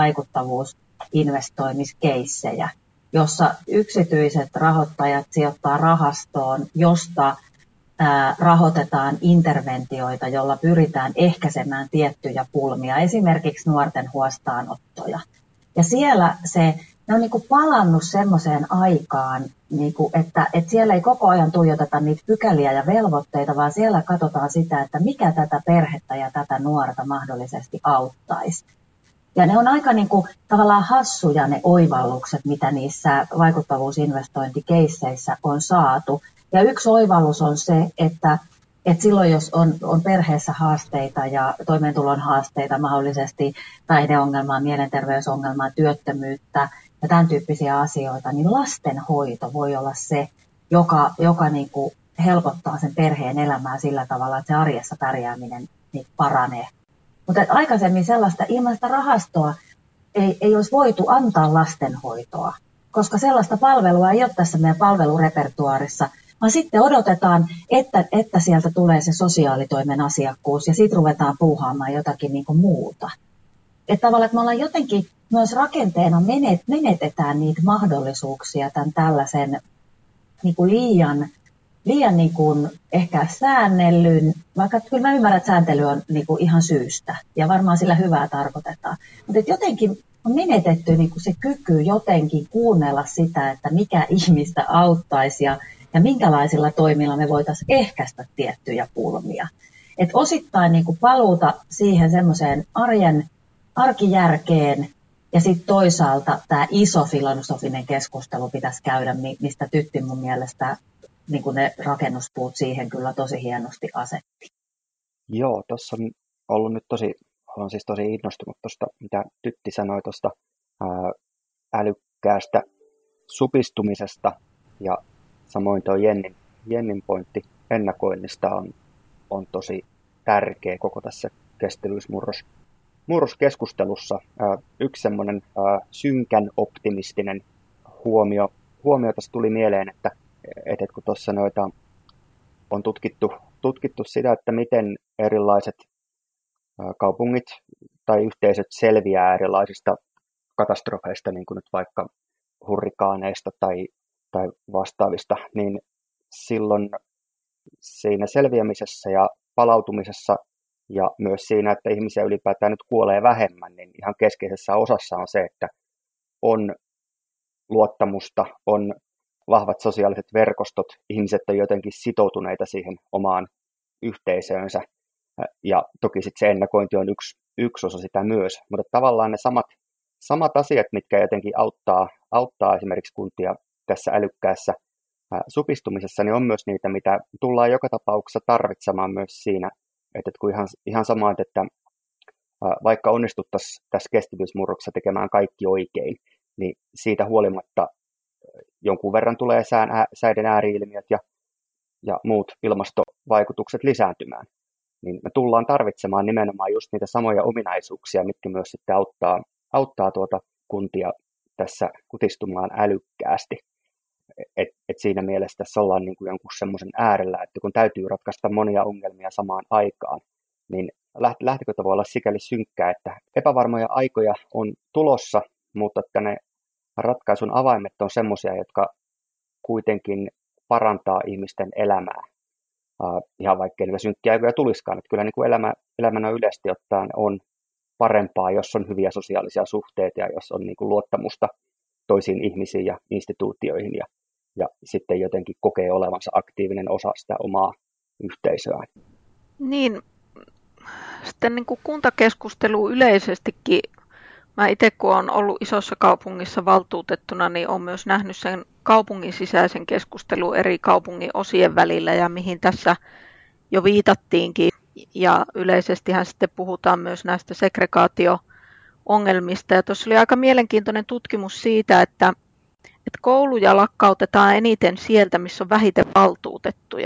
vaikuttavuusinvestoimiskeissejä, jossa yksityiset rahoittajat sijoittaa rahastoon, josta ää, rahoitetaan interventioita, jolla pyritään ehkäisemään tiettyjä pulmia, esimerkiksi nuorten huostaanottoja. Ja siellä se, ne on niin kuin palannut semmoiseen aikaan, niin kuin, että, että siellä ei koko ajan tuijoteta niitä pykäliä ja velvoitteita, vaan siellä katsotaan sitä, että mikä tätä perhettä ja tätä nuorta mahdollisesti auttaisi. Ja ne on aika niin kuin, tavallaan hassuja ne oivallukset, mitä niissä vaikuttavuusinvestointikeisseissä on saatu. Ja yksi oivallus on se, että, että silloin jos on, on perheessä haasteita ja toimeentulon haasteita, mahdollisesti päihdeongelmaa, mielenterveysongelmaa, työttömyyttä ja tämän tyyppisiä asioita, niin lastenhoito voi olla se, joka, joka niin kuin helpottaa sen perheen elämää sillä tavalla, että se arjessa pärjääminen niin paranee. Mutta aikaisemmin sellaista ilman sitä rahastoa ei, ei olisi voitu antaa lastenhoitoa, koska sellaista palvelua ei ole tässä meidän palvelurepertuaarissa, vaan sitten odotetaan, että, että sieltä tulee se sosiaalitoimen asiakkuus ja sitten ruvetaan puuhaamaan jotakin niin kuin muuta. Että tavallaan, että me ollaan jotenkin myös rakenteena menet, menetetään niitä mahdollisuuksia tämän tällaisen niin kuin liian, liian niin kuin ehkä säännellyn, vaikka kyllä mä ymmärrän, että sääntely on niin kuin ihan syystä ja varmaan sillä hyvää tarkoitetaan. Mutta jotenkin on menetetty niin kuin se kyky jotenkin kuunnella sitä, että mikä ihmistä auttaisi ja, ja minkälaisilla toimilla me voitaisiin ehkäistä tiettyjä pulmia. Et osittain niin kuin paluuta siihen semmoiseen arjen arkijärkeen ja sitten toisaalta tämä iso filosofinen keskustelu pitäisi käydä, mistä Tytti mun mielestä niin kuin ne rakennuspuut siihen kyllä tosi hienosti asetti. Joo, tuossa on ollut nyt tosi, olen siis tosi innostunut tuosta, mitä Tytti sanoi tuosta älykkäästä supistumisesta ja samoin tuo Jennin, Jennin pointti ennakoinnista on, on tosi tärkeä koko tässä kestävyysmurros. Murroskeskustelussa yksi semmoinen synkän optimistinen huomio, huomio tässä tuli mieleen, että että kun tuossa noita on tutkittu, tutkittu sitä, että miten erilaiset kaupungit tai yhteisöt selviää erilaisista katastrofeista, niin kuin nyt vaikka hurrikaaneista tai, tai vastaavista, niin silloin siinä selviämisessä ja palautumisessa ja myös siinä, että ihmisiä ylipäätään nyt kuolee vähemmän, niin ihan keskeisessä osassa on se, että on luottamusta, on vahvat sosiaaliset verkostot, ihmiset on jotenkin sitoutuneita siihen omaan yhteisöönsä. Ja toki sitten se ennakointi on yksi, yksi osa sitä myös, mutta tavallaan ne samat, samat asiat, mitkä jotenkin auttaa, auttaa esimerkiksi kuntia tässä älykkäässä supistumisessa, niin on myös niitä, mitä tullaan joka tapauksessa tarvitsemaan myös siinä, että kun ihan, ihan samaa, että vaikka onnistuttaisiin tässä kestävyysmurroksessa tekemään kaikki oikein, niin siitä huolimatta jonkun verran tulee sään, ää, säiden ääriilmiöt ja, ja muut ilmastovaikutukset lisääntymään. Niin me tullaan tarvitsemaan nimenomaan just niitä samoja ominaisuuksia, mitkä myös sitten auttaa, auttaa tuota kuntia tässä kutistumaan älykkäästi. Et, et siinä mielessä tässä ollaan niin kuin jonkun semmoisen äärellä, että kun täytyy ratkaista monia ongelmia samaan aikaan, niin lähtökohta voi olla sikäli synkkää, että epävarmoja aikoja on tulossa, mutta että ne ratkaisun avaimet on semmoisia, jotka kuitenkin parantaa ihmisten elämää. Uh, ihan vaikkei niitä synkkiä aikoja tulisikaan. Että kyllä niin kuin elämä, elämänä yleisesti ottaen on parempaa, jos on hyviä sosiaalisia suhteita ja jos on niin kuin luottamusta toisiin ihmisiin ja instituutioihin ja, ja sitten jotenkin kokee olevansa aktiivinen osa sitä omaa yhteisöään. Niin, sitten niin kuin kuntakeskustelu yleisestikin, mä itse kun olen ollut isossa kaupungissa valtuutettuna, niin olen myös nähnyt sen kaupungin sisäisen keskustelun eri kaupungin osien välillä ja mihin tässä jo viitattiinkin. Ja yleisestihän sitten puhutaan myös näistä segregaatio-ongelmista. Ja tuossa oli aika mielenkiintoinen tutkimus siitä, että, että kouluja lakkautetaan eniten sieltä, missä on vähiten valtuutettuja,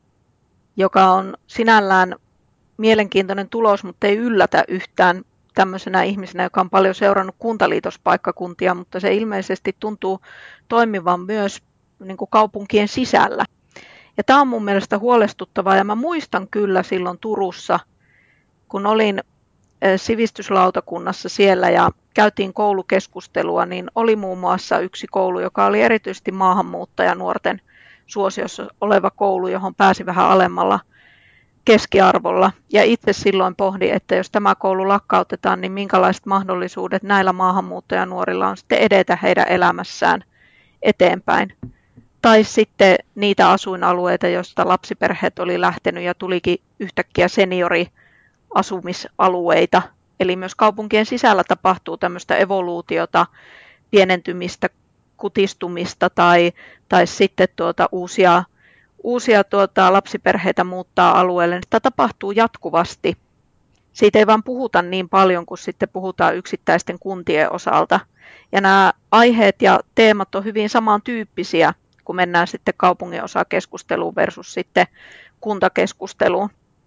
joka on sinällään mielenkiintoinen tulos, mutta ei yllätä yhtään tämmöisenä ihmisenä, joka on paljon seurannut kuntaliitospaikkakuntia, mutta se ilmeisesti tuntuu toimivan myös niin kuin kaupunkien sisällä. Ja tämä on mun mielestä huolestuttavaa, ja mä muistan kyllä silloin Turussa, kun olin sivistyslautakunnassa siellä ja käytiin koulukeskustelua, niin oli muun muassa yksi koulu, joka oli erityisesti maahanmuuttajanuorten suosiossa oleva koulu, johon pääsi vähän alemmalla keskiarvolla. Ja itse silloin pohdin, että jos tämä koulu lakkautetaan, niin minkälaiset mahdollisuudet näillä maahanmuuttajanuorilla on sitten edetä heidän elämässään eteenpäin. Tai sitten niitä asuinalueita, joista lapsiperheet oli lähtenyt ja tulikin yhtäkkiä senioriasumisalueita. Eli myös kaupunkien sisällä tapahtuu tämmöistä evoluutiota, pienentymistä, kutistumista tai, tai sitten tuota uusia Uusia tuota, lapsiperheitä muuttaa alueelle, niin sitä tapahtuu jatkuvasti. Siitä ei vaan puhuta niin paljon, kuin sitten puhutaan yksittäisten kuntien osalta. Ja nämä aiheet ja teemat on hyvin samantyyppisiä, kun mennään sitten kaupungin osakeskusteluun versus sitten kuntakeskusteluun.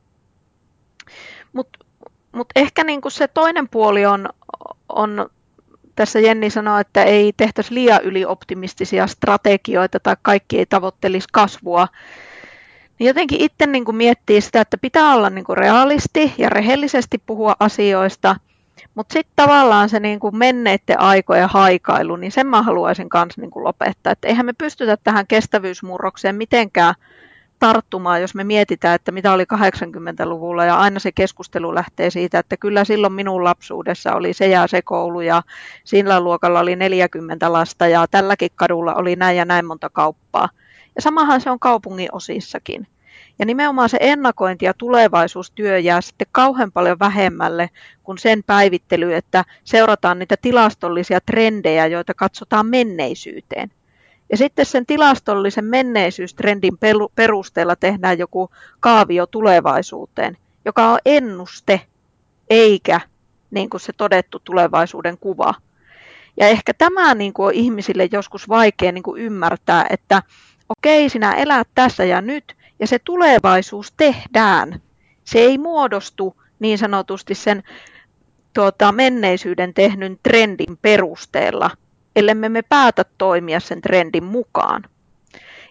Mutta mut ehkä niinku se toinen puoli on, on, tässä Jenni sanoi, että ei tehtäisi liian ylioptimistisia strategioita tai kaikki ei tavoittelisi kasvua. Niin jotenkin itse niin kuin miettii sitä, että pitää olla niin kuin realisti ja rehellisesti puhua asioista, mutta sitten tavallaan se niin kuin menneiden aikojen haikailu, niin sen mä haluaisin kanssa niin kuin lopettaa. Että eihän me pystytä tähän kestävyysmurrokseen mitenkään tarttumaan, jos me mietitään, että mitä oli kahdeksankymmentäluvulla ja aina se keskustelu lähtee siitä, että kyllä silloin minun lapsuudessa oli se ja se koulu ja sillä luokalla oli neljäkymmentä lasta ja tälläkin kadulla oli näin ja näin monta kauppaa. Ja samahan se on kaupungin osissakin. Ja nimenomaan se ennakointi ja tulevaisuustyö jää sitten kauhean paljon vähemmälle kuin sen päivittely, että seurataan niitä tilastollisia trendejä, joita katsotaan menneisyyteen. Ja sitten sen tilastollisen menneisyystrendin perusteella tehdään joku kaavio tulevaisuuteen, joka on ennuste, eikä niin kuin se todettu tulevaisuuden kuva. Ja ehkä tämä niin kuin on ihmisille joskus vaikea niin kuin ymmärtää, että okei, sinä elät tässä ja nyt, ja se tulevaisuus tehdään. Se ei muodostu niin sanotusti sen tuota, menneisyyden tehnyn trendin perusteella, ellemme me päätä toimia sen trendin mukaan.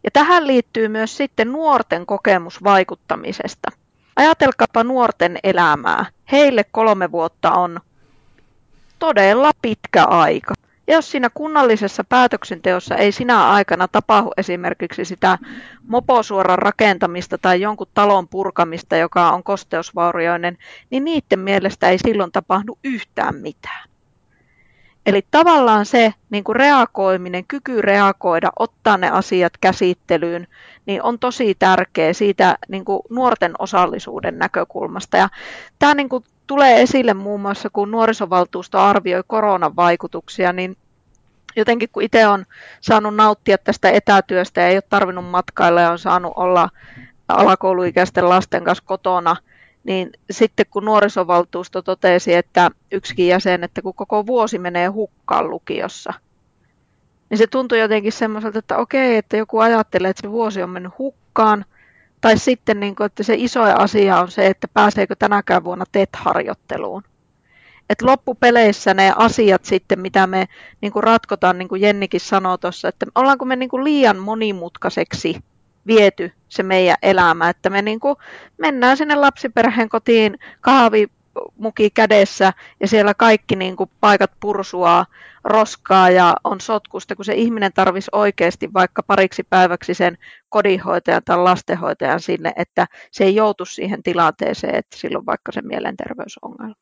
Ja tähän liittyy myös sitten nuorten kokemus vaikuttamisesta. Ajatelkaapa nuorten elämää. Heille kolme vuotta on todella pitkä aika. Ja jos siinä kunnallisessa päätöksenteossa ei sinä aikana tapahdu esimerkiksi sitä moposuoran rakentamista tai jonkun talon purkamista, joka on kosteusvaurioinen, niin niiden mielestä ei silloin tapahdu yhtään mitään. Eli tavallaan se niin kuin reagoiminen, kyky reagoida, ottaa ne asiat käsittelyyn, niin on tosi tärkeä siitä niin kuin nuorten osallisuuden näkökulmasta. Ja tämä niin kuin tulee esille muun muassa, kun nuorisovaltuusto arvioi koronan vaikutuksia, niin jotenkin kun itse on saanut nauttia tästä etätyöstä ja ei ole tarvinnut matkailla ja on saanut olla alakouluikäisten lasten kanssa kotona, niin sitten kun nuorisovaltuusto totesi, että yksikin jäsen, että kun koko vuosi menee hukkaan lukiossa, niin se tuntui jotenkin semmoiselta, että okei, että joku ajattelee, että se vuosi on mennyt hukkaan, tai sitten, niin kuin, että se iso asia on se, että pääseekö tänäkään vuonna T E T-harjoitteluun. Että loppupeleissä ne asiat sitten, mitä me niin kuin ratkotaan, niin kuin Jennikin sanoi tuossa, että ollaanko me niin kuin liian monimutkaiseksi viety se meidän elämä, että me niin kuin mennään sinne lapsiperheen kotiin kahvimuki kädessä ja siellä kaikki niin kuin paikat pursuaa roskaa ja on sotkusta, kun se ihminen tarvisi oikeasti vaikka pariksi päiväksi sen kodinhoitajan tai lastenhoitajan sinne, että se ei joutu siihen tilanteeseen, että sillä on vaikka se mielenterveysongelma.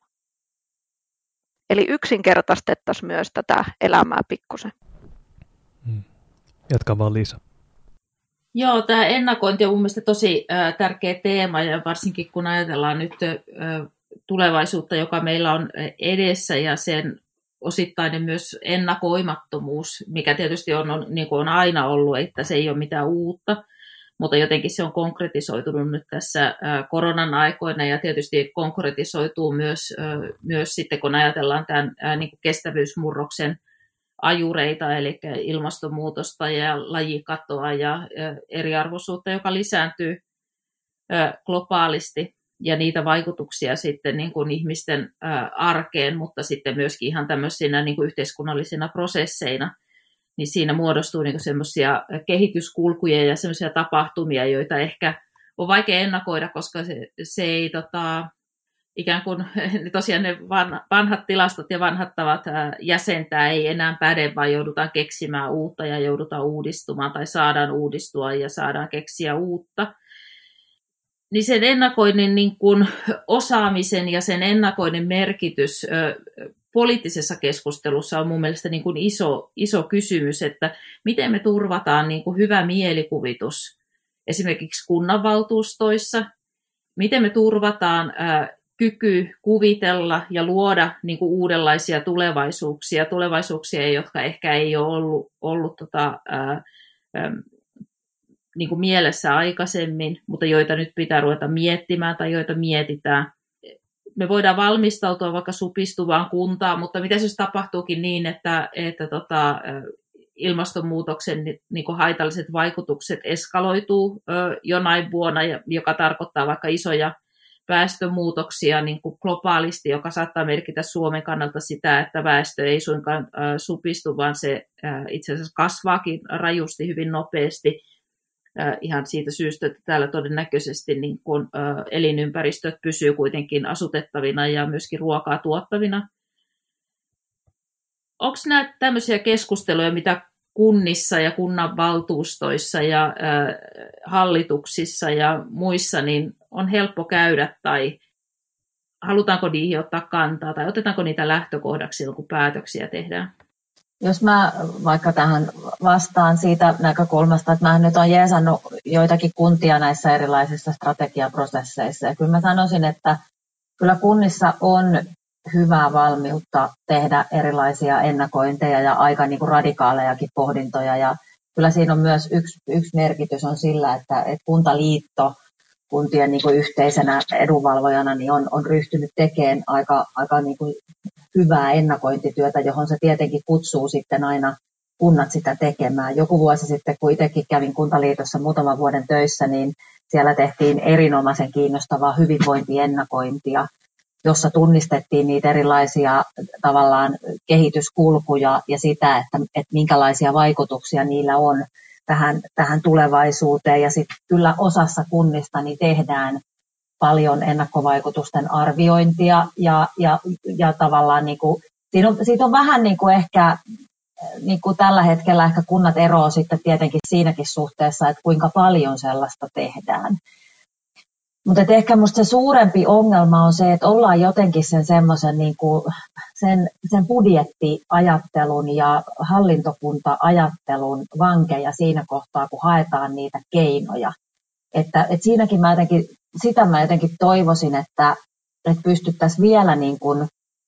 Eli yksinkertaistettaisiin myös tätä elämää pikkusen. Hmm. Jatka vaan Liisa. Joo, tämä ennakointi on mun mielestä tosi äh, tärkeä teema, ja varsinkin kun ajatellaan nyt äh, tulevaisuutta, joka meillä on edessä, ja sen osittainen myös ennakoimattomuus, mikä tietysti on, on, niin kuin on aina ollut, että se ei ole mitään uutta, mutta jotenkin se on konkretisoitunut nyt tässä äh, koronan aikoina, ja tietysti konkretisoituu myös, äh, myös sitten, kun ajatellaan tämän äh, niin kuin kestävyysmurroksen ajureita, eli ilmastonmuutosta ja lajikatoa ja eriarvoisuutta, joka lisääntyy globaalisti, ja niitä vaikutuksia sitten niin kuin ihmisten arkeen, mutta sitten myöskin ihan tämmöisinä niin kuin yhteiskunnallisina prosesseina, niin siinä muodostuu niin kuin semmoisia kehityskulkuja ja semmoisia tapahtumia, joita ehkä on vaikea ennakoida, koska se, se ei tota, ikään kuin tosiaan ne vanhat tilastot ja vanhat tavat jäsentää ei enää päde, vaan joudutaan keksimään uutta ja joudutaan uudistumaan tai saadaan uudistua ja saadaan keksiä uutta. Niin sen ennakoinnin niin kuin osaamisen ja sen ennakoinnin merkitys poliittisessa keskustelussa on mun mielestä niin kuin iso, iso kysymys, että miten me turvataan niin kuin hyvä mielikuvitus esimerkiksi kunnanvaltuustoissa, miten me turvataan kyky kuvitella ja luoda niin kuin uudenlaisia tulevaisuuksia, tulevaisuuksia, jotka ehkä ei ole ollut, ollut tota, ää, ää, niin kuin mielessä aikaisemmin, mutta joita nyt pitää ruveta miettimään tai joita mietitään. Me voidaan valmistautua vaikka supistuvaan kuntaan, mutta mitä jos tapahtuukin niin, että, että tota, ilmastonmuutoksen niin kuin haitalliset vaikutukset eskaloituu ö, jonain vuonna, joka tarkoittaa vaikka isoja väestömuutoksia niin kuin globaalisti, joka saattaa merkitä Suomen kannalta sitä, että väestö ei suinkaan äh, supistu, vaan se äh, itse asiassa kasvaakin rajusti hyvin nopeasti äh, ihan siitä syystä, että täällä todennäköisesti niin kuin, äh, elinympäristöt pysyy kuitenkin asutettavina ja myöskin ruokaa tuottavina. Onko nämä tämmöisiä keskusteluja, mitä kunnissa ja kunnanvaltuustoissa ja äh, hallituksissa ja muissa niin on helppo käydä, tai halutaanko niihin ottaa kantaa, tai otetaanko niitä lähtökohdaksi silloin, kun päätöksiä tehdään? Jos mä vaikka tähän vastaan siitä näkökulmasta, että mä nyt olen jeesannut joitakin kuntia näissä erilaisissa strategiaprosesseissa, ja kyllä mä sanoisin, että kyllä kunnissa on hyvää valmiutta tehdä erilaisia ennakointeja ja aika niin kuin radikaalejakin pohdintoja, ja kyllä siinä on myös yksi, yksi merkitys on sillä, että, että Kuntaliitto kuntien niin kuin yhteisenä edunvalvojana niin on, on ryhtynyt tekemään aika, aika niin kuin hyvää ennakointityötä, johon se tietenkin kutsuu sitten aina kunnat sitä tekemään. Joku vuosi sitten, kun itsekin kävin Kuntaliitossa muutaman vuoden töissä, niin siellä tehtiin erinomaisen kiinnostavaa hyvinvointiennakointia, jossa tunnistettiin niitä erilaisia tavallaan kehityskulkuja ja sitä, että, että minkälaisia vaikutuksia niillä on tähän, tähän tulevaisuuteen. Ja sitten kyllä osassa kunnista niin tehdään paljon ennakkovaikutusten arviointia ja, ja, ja tavallaan niin kuin, siinä on, siitä on vähän niin kuin ehkä niin kuin tällä hetkellä ehkä kunnat eroaa sitten tietenkin siinäkin suhteessa, että kuinka paljon sellaista tehdään. Mutta ehkä musta se suurempi ongelma on se, että ollaan jotenkin sen semmoisen niin kuin sen, sen budjettiajattelun ja hallintokunta-ajattelun vankeja siinä kohtaa, kun haetaan niitä keinoja. Että, että siinäkin mä jotenkin, sitä mä jotenkin toivoisin, että, että pystyttäisiin vielä niin kuin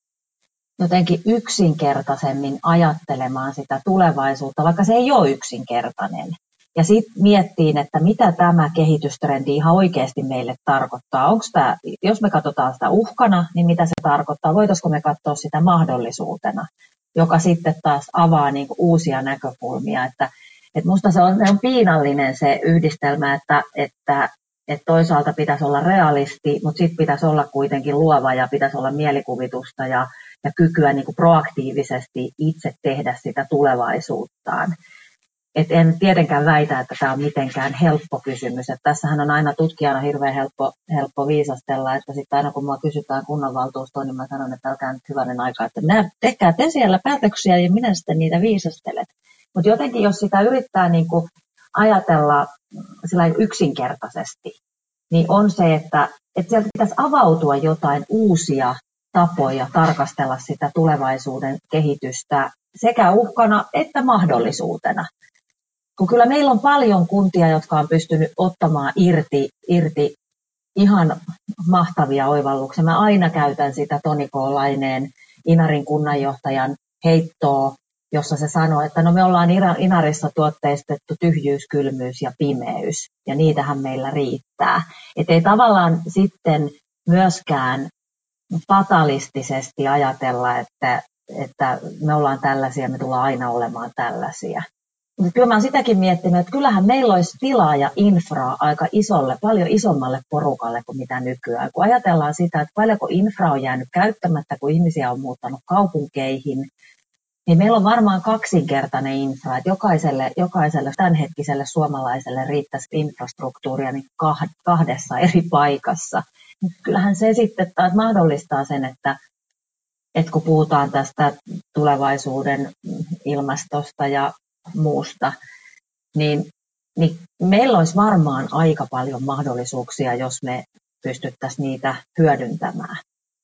jotenkin yksinkertaisemmin ajattelemaan sitä tulevaisuutta, vaikka se ei ole yksinkertainen. Ja sitten miettiin, että mitä tämä kehitystrendi ihan oikeasti meille tarkoittaa. Onko tämä, jos me katsotaan sitä uhkana, niin mitä se tarkoittaa? Voitaisiko me katsoa sitä mahdollisuutena, joka sitten taas avaa niinku uusia näkökulmia. Että, et musta se on, se on piinallinen se yhdistelmä, että, että, että toisaalta pitäisi olla realisti, mutta sitten pitäisi olla kuitenkin luova ja pitäisi olla mielikuvitusta ja, ja kykyä niinku proaktiivisesti itse tehdä sitä tulevaisuuttaan. Et en tietenkään väitä, että tämä on mitenkään helppo kysymys. Et tässähän on aina tutkijana hirveän helppo, helppo viisastella, että sitten aina kun minua kysytään kunnanvaltuustoon, niin mä sanon, että älkää nyt hyvänen aika, että minä tehkää te siellä päätöksiä ja minä sitten niitä viisastelen. Mutta jotenkin jos sitä yrittää niinku ajatella sillä yksinkertaisesti, niin on se, että, että sieltä pitäisi avautua jotain uusia tapoja tarkastella sitä tulevaisuuden kehitystä sekä uhkana että mahdollisuutena. Kun kyllä meillä on paljon kuntia, jotka on pystynyt ottamaan irti, irti ihan mahtavia oivalluksia. Mä aina käytän sitä Toni K. Laineen Inarin kunnanjohtajan heittoa, jossa se sanoo, että no me ollaan Inarissa tuotteistettu tyhjyys, kylmyys ja pimeys, ja niitähän meillä riittää. Että ei tavallaan sitten myöskään fatalistisesti ajatella, että, että me ollaan tällaisia, me tullaan aina olemaan tällaisia. Mutta kyllä mä oon sitäkin miettinyt, että kyllähän meillä olisi tilaa ja infraa aika isolle, paljon isommalle porukalle kuin mitä nykyään. Kun ajatellaan sitä, että paljonko infra on jäänyt käyttämättä, kun ihmisiä on muuttanut kaupunkeihin, niin meillä on varmaan kaksinkertainen infra, että jokaiselle, jokaiselle tämänhetkiselle suomalaiselle riittäisi infrastruktuuria niin kahdessa eri paikassa. Kyllähän se sitten taas mahdollistaa sen, että, että kun puhutaan tästä tulevaisuuden ilmastosta ja muusta, niin, niin meillä olisi varmaan aika paljon mahdollisuuksia, jos me pystyttäisiin niitä hyödyntämään.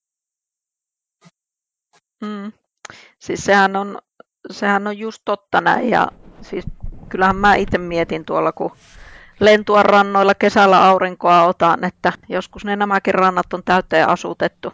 Mm. Siis sehän on, sehän on just totta näin, ja siis kyllähän mä itse mietin tuolla, kun lentuan rannoilla kesällä aurinkoa otan, että joskus ne nämäkin rannat on täyteen asutettu.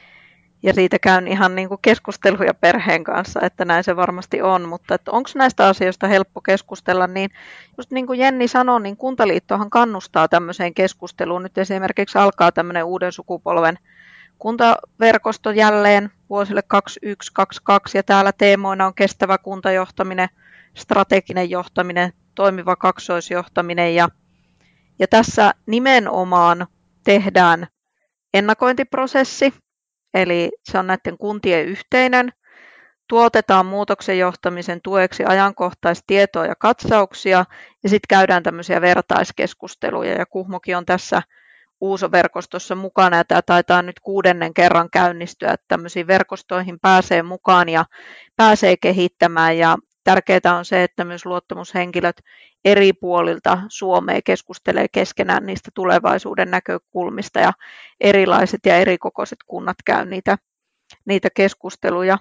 Ja siitä käyn ihan niin kuin keskusteluja perheen kanssa, että näin se varmasti on, mutta onko näistä asioista helppo keskustella, niin just niin kuin Jenni sanoi, niin Kuntaliittohan kannustaa tämmöiseen keskusteluun. Nyt esimerkiksi alkaa tämmöinen uuden sukupolven kuntaverkosto jälleen vuosille kaksikymmentäyksi kaksikymmentäkaksi, ja täällä teemoina on kestävä kuntajohtaminen, strateginen johtaminen, toimiva kaksoisjohtaminen, ja, ja tässä nimenomaan tehdään ennakointiprosessi, eli se on näiden kuntien yhteinen, tuotetaan muutoksen johtamisen tueksi ajankohtaistietoa ja katsauksia, ja sitten käydään tämmöisiä vertaiskeskusteluja, ja Kuhmokin on tässä Uuso-verkostossa mukana, ja tämä taitaa nyt kuudennen kerran käynnistyä, että tämmöisiin verkostoihin pääsee mukaan ja pääsee kehittämään, ja tärkeää on se, että myös luottamushenkilöt eri puolilta Suomea keskustelee keskenään niistä tulevaisuuden näkökulmista, ja erilaiset ja erikokoiset kunnat käy niitä, niitä keskusteluja.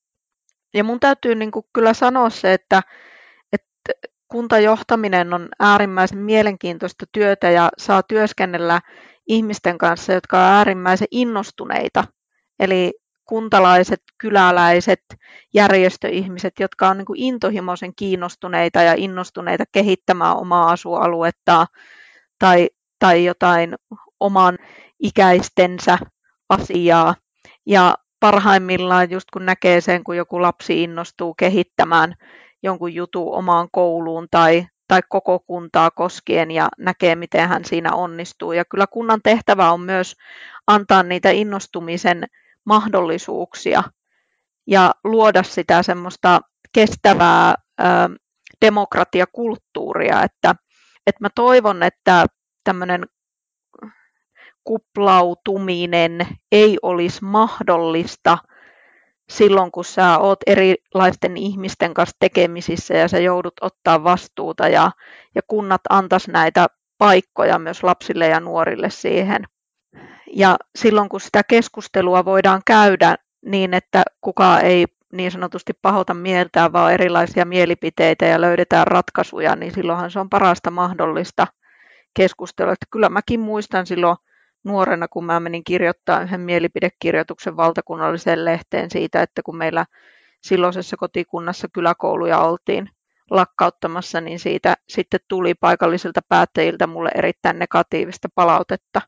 Ja mun täytyy niin kuin kyllä sanoa se, että, että kuntajohtaminen on äärimmäisen mielenkiintoista työtä ja saa työskennellä ihmisten kanssa, jotka ovat äärimmäisen innostuneita. Eli kuntalaiset, kyläläiset, järjestöihmiset, jotka on niin kuin intohimoisen kiinnostuneita ja innostuneita kehittämään omaa asualuettaan tai, tai jotain oman ikäistensä asiaa. Ja parhaimmillaan just kun näkee sen, kun joku lapsi innostuu kehittämään jonkun jutun omaan kouluun tai, tai koko kuntaa koskien ja näkee, miten hän siinä onnistuu. Ja kyllä kunnan tehtävä on myös antaa niitä innostumisen mahdollisuuksia ja luoda sitä semmoista kestävää ä, demokratiakulttuuria, että, että mä toivon, että tämmöinen kuplautuminen ei olisi mahdollista silloin, kun sä oot erilaisten ihmisten kanssa tekemisissä ja sä joudut ottaa vastuuta ja, ja kunnat antais näitä paikkoja myös lapsille ja nuorille siihen. Ja silloin, kun sitä keskustelua voidaan käydä niin, että kukaan ei niin sanotusti pahota mieltään, vaan erilaisia mielipiteitä ja löydetään ratkaisuja, niin silloinhan se on parasta mahdollista keskustelua. Että kyllä mäkin muistan silloin nuorena, kun mä menin kirjoittaa yhden mielipidekirjoituksen valtakunnalliseen lehteen siitä, että kun meillä silloisessa kotikunnassa kyläkouluja oltiin lakkauttamassa, niin siitä sitten tuli paikallisilta päättäjiltä mulle erittäin negatiivista palautetta,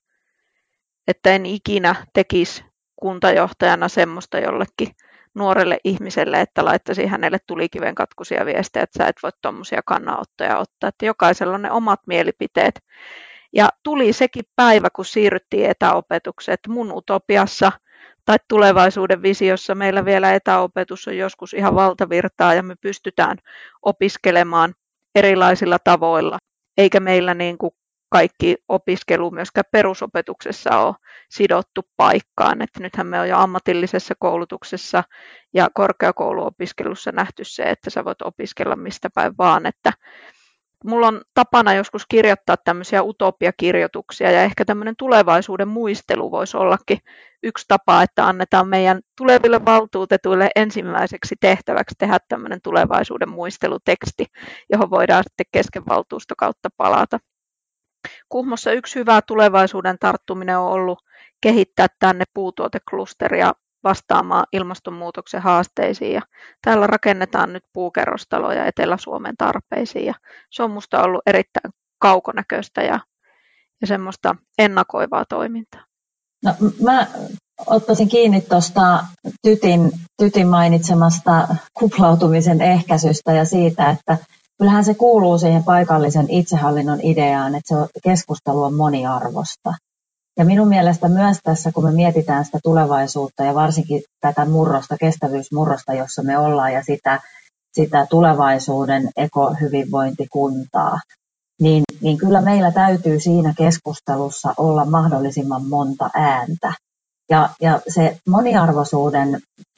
että en ikinä tekisi kuntajohtajana semmoista jollekin nuorelle ihmiselle, että laittaisi hänelle tulikiven katkuisia viestejä, että sä et voi tuommoisia kannanottoja ottaa, että jokaisella on ne omat mielipiteet. Ja tuli sekin päivä, kun siirryttiin etäopetukseen, että mun utopiassa tai tulevaisuuden visiossa meillä vielä etäopetus on joskus ihan valtavirtaa ja me pystytään opiskelemaan erilaisilla tavoilla, eikä meillä niin kuin kaikki opiskelu myöskään perusopetuksessa ole sidottu paikkaan. Että nythän me on jo ammatillisessa koulutuksessa ja korkeakouluopiskelussa nähty se, että sä voit opiskella mistä päin vaan, että mulla on tapana joskus kirjoittaa tämmöisiä utopiakirjoituksia ja ehkä tämmöinen tulevaisuuden muistelu voisi ollakin yksi tapa, että annetaan meidän tuleville valtuutetuille ensimmäiseksi tehtäväksi tehdä tämmöinen tulevaisuuden muisteluteksti, johon voidaan sitten kesken valtuustokautta palata. Kuhmossa yksi hyvä tulevaisuuden tarttuminen on ollut kehittää tänne puutuoteklusteria vastaamaan ilmastonmuutoksen haasteisiin. Ja täällä rakennetaan nyt puukerrostaloja Etelä-Suomen tarpeisiin. Ja se on minusta ollut erittäin kaukonäköistä ja, ja semmoista ennakoivaa toimintaa. No, mä ottaisin kiinni tuosta tytin, tytin mainitsemasta kuplautumisen ehkäisystä ja siitä, että kyllähän se kuuluu siihen paikallisen itsehallinnon ideaan, että se keskustelu on moniarvosta. Ja minun mielestä myös tässä, kun me mietitään sitä tulevaisuutta ja varsinkin tätä murrosta, kestävyysmurrosta, jossa me ollaan ja sitä, sitä tulevaisuuden ekohyvinvointikuntaa, niin, niin kyllä meillä täytyy siinä keskustelussa olla mahdollisimman monta ääntä. Ja, ja se moniarvoisuuden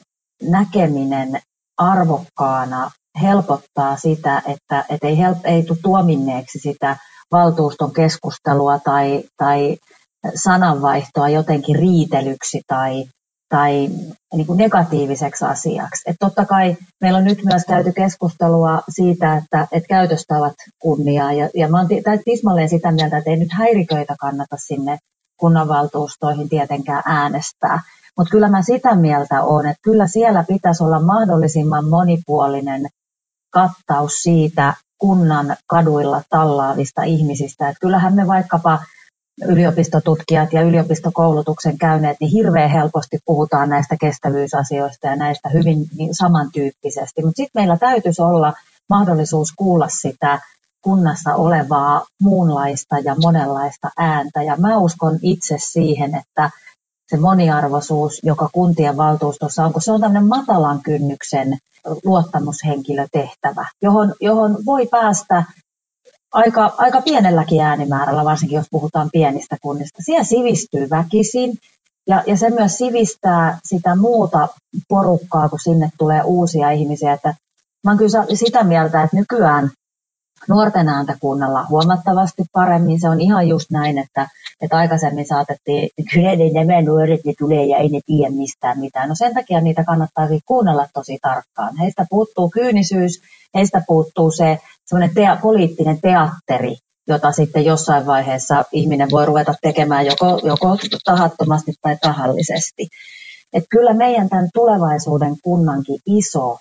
näkeminen arvokkaana helpottaa sitä, että et ei, help, ei tule tuominneeksi sitä valtuuston keskustelua tai, tai sananvaihtoa jotenkin riitelyksi tai, tai niin kuin negatiiviseksi asiaksi. Et totta kai meillä on nyt myös käyty keskustelua siitä, että et käytöstavat kunniaa. Ja, ja mä oon tismalleen sitä mieltä, että ei nyt häiriköitä kannata sinne kunnanvaltuustoihin tietenkään äänestää. Mutta kyllä mä sitä mieltä olen, että kyllä siellä pitäisi olla mahdollisimman monipuolinen kattaus siitä kunnan kaduilla tallaavista ihmisistä. Et kyllähän me vaikkapa yliopistotutkijat ja yliopistokoulutuksen käyneet, niin hirveän helposti puhutaan näistä kestävyysasioista ja näistä hyvin niin samantyyppisesti. Mutta sitten meillä täytyisi olla mahdollisuus kuulla sitä kunnassa olevaa muunlaista ja monenlaista ääntä. Ja mä uskon itse siihen, että se moniarvoisuus, joka kuntien valtuustossa on, kun se on tämmöinen matalan kynnyksen luottamushenkilötehtävä, johon, johon voi päästä aika, aika pienelläkin äänimäärällä, varsinkin jos puhutaan pienistä kunnista. Siellä sivistyy väkisin ja, ja se myös sivistää sitä muuta porukkaa, kun sinne tulee uusia ihmisiä. Että mä oon kyllä sitä mieltä, että nykyään nuorten ääntä kuunnella huomattavasti paremmin. Se on ihan just näin, että, että aikaisemmin saatettiin, että kyllä nämä nuoret ne tulee ja ei ne tiedä mistään mitään. No sen takia niitä kannattaa kuunnella tosi tarkkaan. Heistä puuttuu kyynisyys, heistä puuttuu se semmoinen tea, poliittinen teatteri, jota sitten jossain vaiheessa ihminen voi ruveta tekemään joko, joko tahattomasti tai tahallisesti. Että kyllä meidän tämän tulevaisuuden kunnankin iso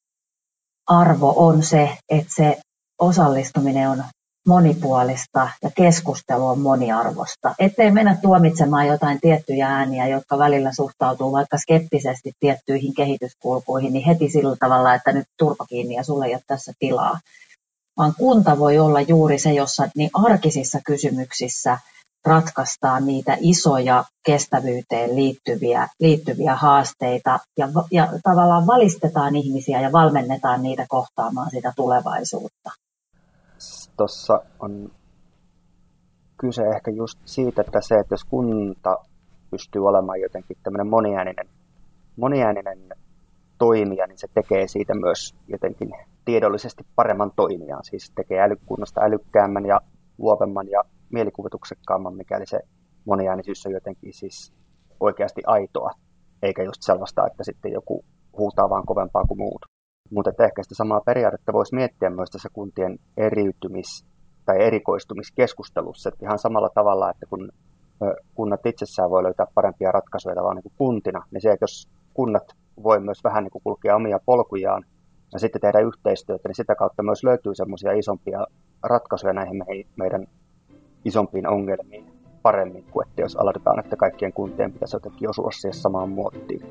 arvo on se, että se osallistuminen on monipuolista ja keskustelu on moniarvosta. Ettei mennä tuomitsemaan jotain tiettyjä ääniä, jotka välillä suhtautuu vaikka skeptisesti tiettyihin kehityskulkuihin, niin heti sillä tavalla, että nyt turpa kiinni ja sulle ei ole tässä tilaa. Vaan kunta voi olla juuri se, jossa niin arkisissa kysymyksissä ratkaistaan niitä isoja kestävyyteen liittyviä, liittyviä haasteita ja, ja tavallaan valistetaan ihmisiä ja valmennetaan niitä kohtaamaan sitä tulevaisuutta. Tuossa on kyse ehkä just siitä, että se, että jos kunta pystyy olemaan jotenkin tämmöinen moniääninen, moniääninen toimija, niin se tekee siitä myös jotenkin tiedollisesti paremman toimijan. Siis tekee älykunnasta älykkäämmän ja luovemman ja mielikuvituksekkaamman, mikäli se moniäänisyys on jotenkin siis oikeasti aitoa, eikä just sellaista, että sitten joku huutaa vaan kovempaa kuin muut. Mutta ehkä sitä samaa periaatetta voisi miettiä myös tässä kuntien eriytymis- tai erikoistumiskeskustelussa, että ihan samalla tavalla, että kun kunnat itsessään voi löytää parempia ratkaisuja tavallaan niin kuin kuntina, niin se, että jos kunnat voi myös vähän niin kuin kulkea omia polkujaan ja sitten tehdä yhteistyötä, niin sitä kautta myös löytyy semmoisia isompia ratkaisuja näihin meidän isompiin ongelmiin paremmin kuin että jos aloitetaan, että kaikkien kuntien pitäisi jotenkin osua siihen samaan muottiin.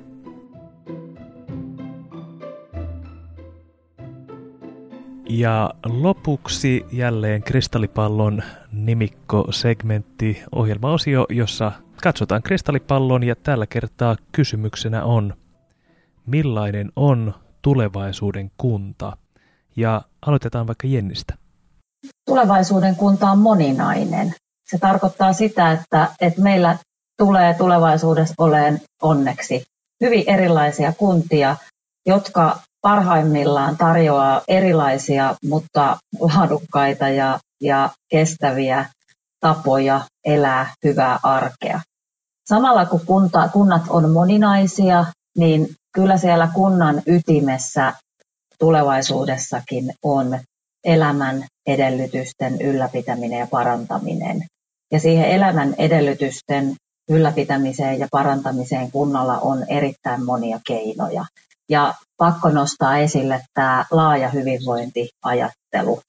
Ja lopuksi jälleen Kristallipallon nimikkosegmentti, ohjelmaosio, jossa katsotaan kristallipallon ja tällä kertaa kysymyksenä on, millainen on tulevaisuuden kunta? Ja aloitetaan vaikka Jennistä. Tulevaisuuden kunta on moninainen. Se tarkoittaa sitä, että, että meillä tulee tulevaisuudessa olemaan onneksi hyvin erilaisia kuntia, jotka parhaimmillaan tarjoaa erilaisia, mutta laadukkaita ja, ja kestäviä tapoja elää hyvää arkea. Samalla kun kunta, kunnat on moninaisia, niin kyllä siellä kunnan ytimessä tulevaisuudessakin on elämän edellytysten ylläpitäminen ja parantaminen. Ja siihen elämän edellytysten ylläpitämiseen ja parantamiseen kunnalla on erittäin monia keinoja. Ja pakko nostaa esille tämä laaja hyvinvointiajattelu.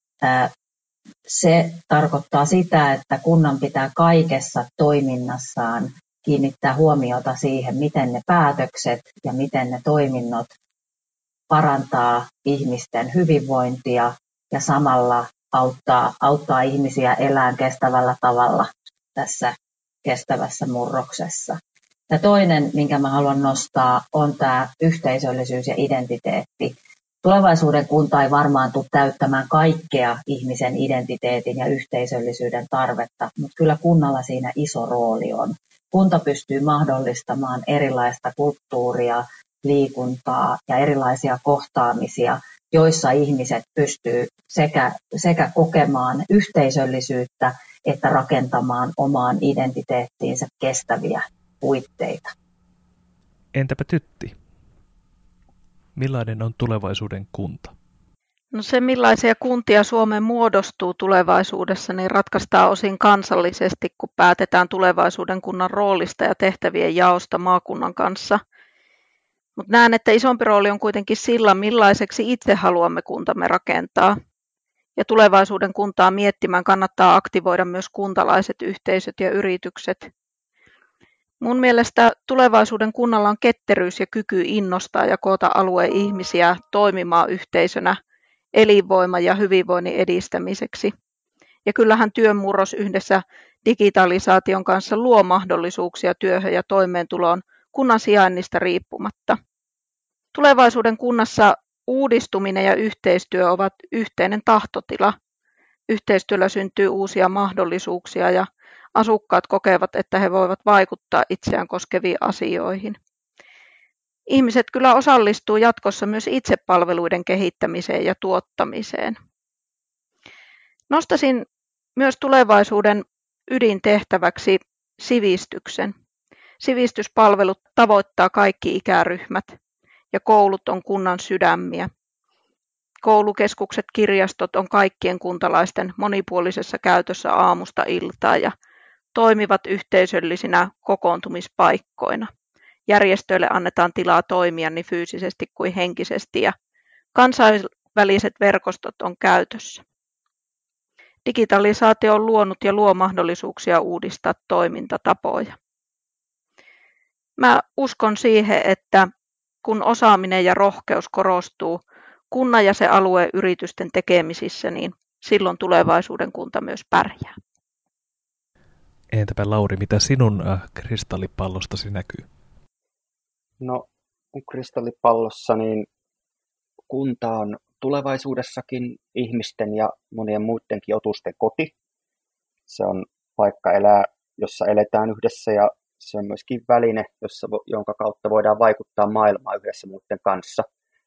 Se tarkoittaa sitä, että kunnan pitää kaikessa toiminnassaan kiinnittää huomiota siihen, miten ne päätökset ja miten ne toiminnot parantaa ihmisten hyvinvointia ja samalla auttaa, auttaa ihmisiä elämään kestävällä tavalla tässä kestävässä murroksessa. Ja toinen, minkä mä haluan nostaa, on tämä yhteisöllisyys ja identiteetti. Tulevaisuuden kunta ei varmaan tule täyttämään kaikkea ihmisen identiteetin ja yhteisöllisyyden tarvetta, mutta kyllä kunnalla siinä iso rooli on. Kunta pystyy mahdollistamaan erilaista kulttuuria, liikuntaa ja erilaisia kohtaamisia, joissa ihmiset pystyy sekä, sekä kokemaan yhteisöllisyyttä että rakentamaan omaan identiteettiinsä kestäviä puitteita. Entäpä Tytti? Millainen on tulevaisuuden kunta? No se, millaisia kuntia Suomeen muodostuu tulevaisuudessa, niin ratkaistaan osin kansallisesti, kun päätetään tulevaisuuden kunnan roolista ja tehtävien jaosta maakunnan kanssa. Mutta näen, että isompi rooli on kuitenkin sillä, millaiseksi itse haluamme kuntamme rakentaa. Ja tulevaisuuden kuntaa miettimään kannattaa aktivoida myös kuntalaiset, yhteisöt ja yritykset. Mun mielestä tulevaisuuden kunnalla on ketteryys ja kyky innostaa ja koota alueen ihmisiä toimimaan yhteisönä elinvoiman ja hyvinvoinnin edistämiseksi. Ja kyllähän työn murros yhdessä digitalisaation kanssa luo mahdollisuuksia työhön ja toimeentuloon kunnan sijainnista riippumatta. Tulevaisuuden kunnassa uudistuminen ja yhteistyö ovat yhteinen tahtotila. Yhteistyöllä syntyy uusia mahdollisuuksia ja asukkaat kokevat, että he voivat vaikuttaa itseään koskeviin asioihin. Ihmiset kyllä osallistuu jatkossa myös itsepalveluiden kehittämiseen ja tuottamiseen. Nostaisin myös tulevaisuuden ydintehtäväksi sivistyksen. Sivistyspalvelut tavoittaa kaikki ikäryhmät ja koulut on kunnan sydämiä. Koulukeskukset, kirjastot on kaikkien kuntalaisten monipuolisessa käytössä aamusta iltaan ja toimivat yhteisöllisinä kokoontumispaikkoina. Järjestöille annetaan tilaa toimia niin fyysisesti kuin henkisesti ja kansainväliset verkostot on käytössä. Digitalisaatio on luonut ja luo mahdollisuuksia uudistaa toimintatapoja. Mä uskon siihen, että kun osaaminen ja rohkeus korostuu kunnan ja se alueen yritysten tekemisissä, niin silloin tulevaisuuden kunta myös pärjää. Entäpä Lauri, mitä sinun äh, kristallipallostasi näkyy? No, mun kristallipallossa niin kunta on tulevaisuudessakin ihmisten ja monien muidenkin otusten koti. Se on paikka elää, jossa eletään yhdessä, ja se on myöskin väline, jossa, jonka kautta voidaan vaikuttaa maailmaan yhdessä muiden kanssa.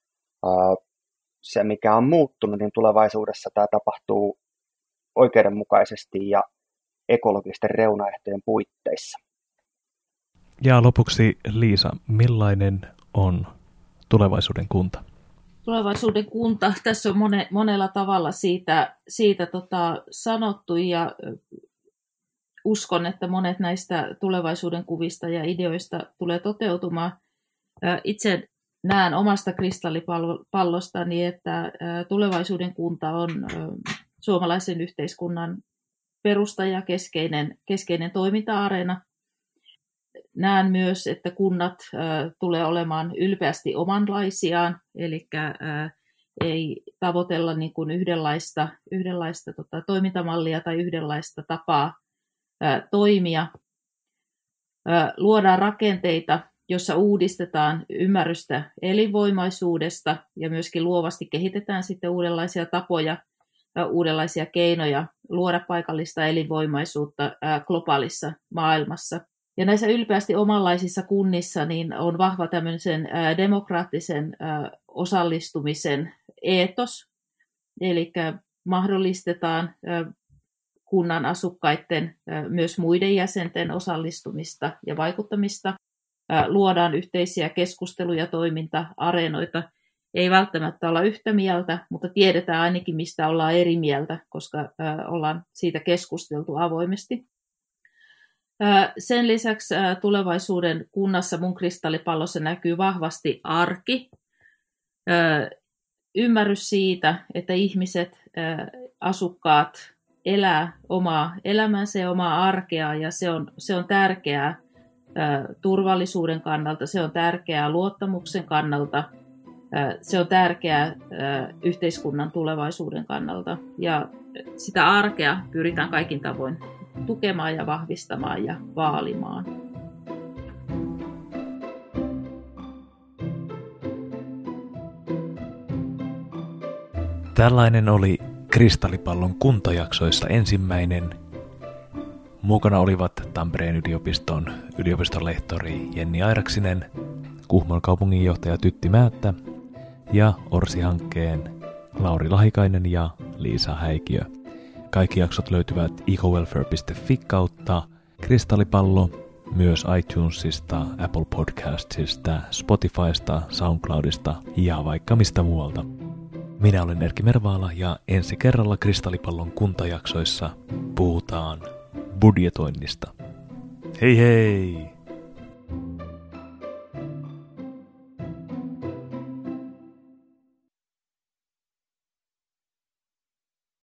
Se, mikä on muuttunut, niin tulevaisuudessa tämä tapahtuu oikeudenmukaisesti ja ekologisten reunaehtojen puitteissa. Ja lopuksi Liisa, millainen on tulevaisuuden kunta? Tulevaisuuden kunta, tässä on mone, monella tavalla siitä, siitä tota, sanottu, ja uskon, että monet näistä tulevaisuuden kuvista ja ideoista tulee toteutumaan. Itse näen omasta kristallipallostani, että tulevaisuuden kunta on suomalaisen yhteiskunnan perusta ja keskeinen, keskeinen toiminta-areena. Näen myös, että kunnat äh, tulee olemaan ylpeästi omanlaisiaan, eli äh, ei tavoitella niin kuin yhdenlaista, yhdenlaista tota, toimintamallia tai yhdenlaista tapaa äh, toimia. Äh, luodaan rakenteita, jossa uudistetaan ymmärrystä elinvoimaisuudesta ja myöskin luovasti kehitetään sitten uudenlaisia tapoja, äh, uudenlaisia keinoja luoda paikallista elinvoimaisuutta äh, globaalissa maailmassa. Ja näissä ylpeästi omanlaisissa kunnissa niin on vahva tämmöisen ää, demokraattisen ää, osallistumisen eetos, eli mahdollistetaan ää, kunnan asukkaiden ää, myös muiden jäsenten osallistumista ja vaikuttamista, ää, luodaan yhteisiä keskustelu- ja toiminta-areenoita. Ei välttämättä olla yhtä mieltä, mutta tiedetään ainakin, mistä ollaan eri mieltä, koska ää, ollaan siitä keskusteltu avoimesti. Sen lisäksi tulevaisuuden kunnassa mun kristallipallossa näkyy vahvasti arki. Ymmärrys siitä, että ihmiset, asukkaat elää omaa elämänsä ja omaa arkea, ja se on, se on tärkeää turvallisuuden kannalta, se on tärkeää luottamuksen kannalta, se on tärkeää yhteiskunnan tulevaisuuden kannalta, ja sitä arkea pyritään kaikin tavoin tukemaan ja vahvistamaan ja vaalimaan. Tällainen oli Kristallipallon kuntajaksoista ensimmäinen. Mukana olivat Tampereen yliopiston yliopistonlehtori Jenni Airaksinen, Kuhmon kaupunginjohtaja Tytti Määttä ja Orsi-hankkeen Lauri Lahikainen ja Liisa Häikiö. Kaikki jaksot löytyvät ecowelfare piste fi kautta Kristallipallo, myös iTunesista, Apple Podcastsista, Spotifysta, SoundCloudista ja vaikka mistä muualta. Minä olen Erkki Mervaala, ja ensi kerralla Kristallipallon kuntajaksoissa puhutaan budjetoinnista. Hei hei!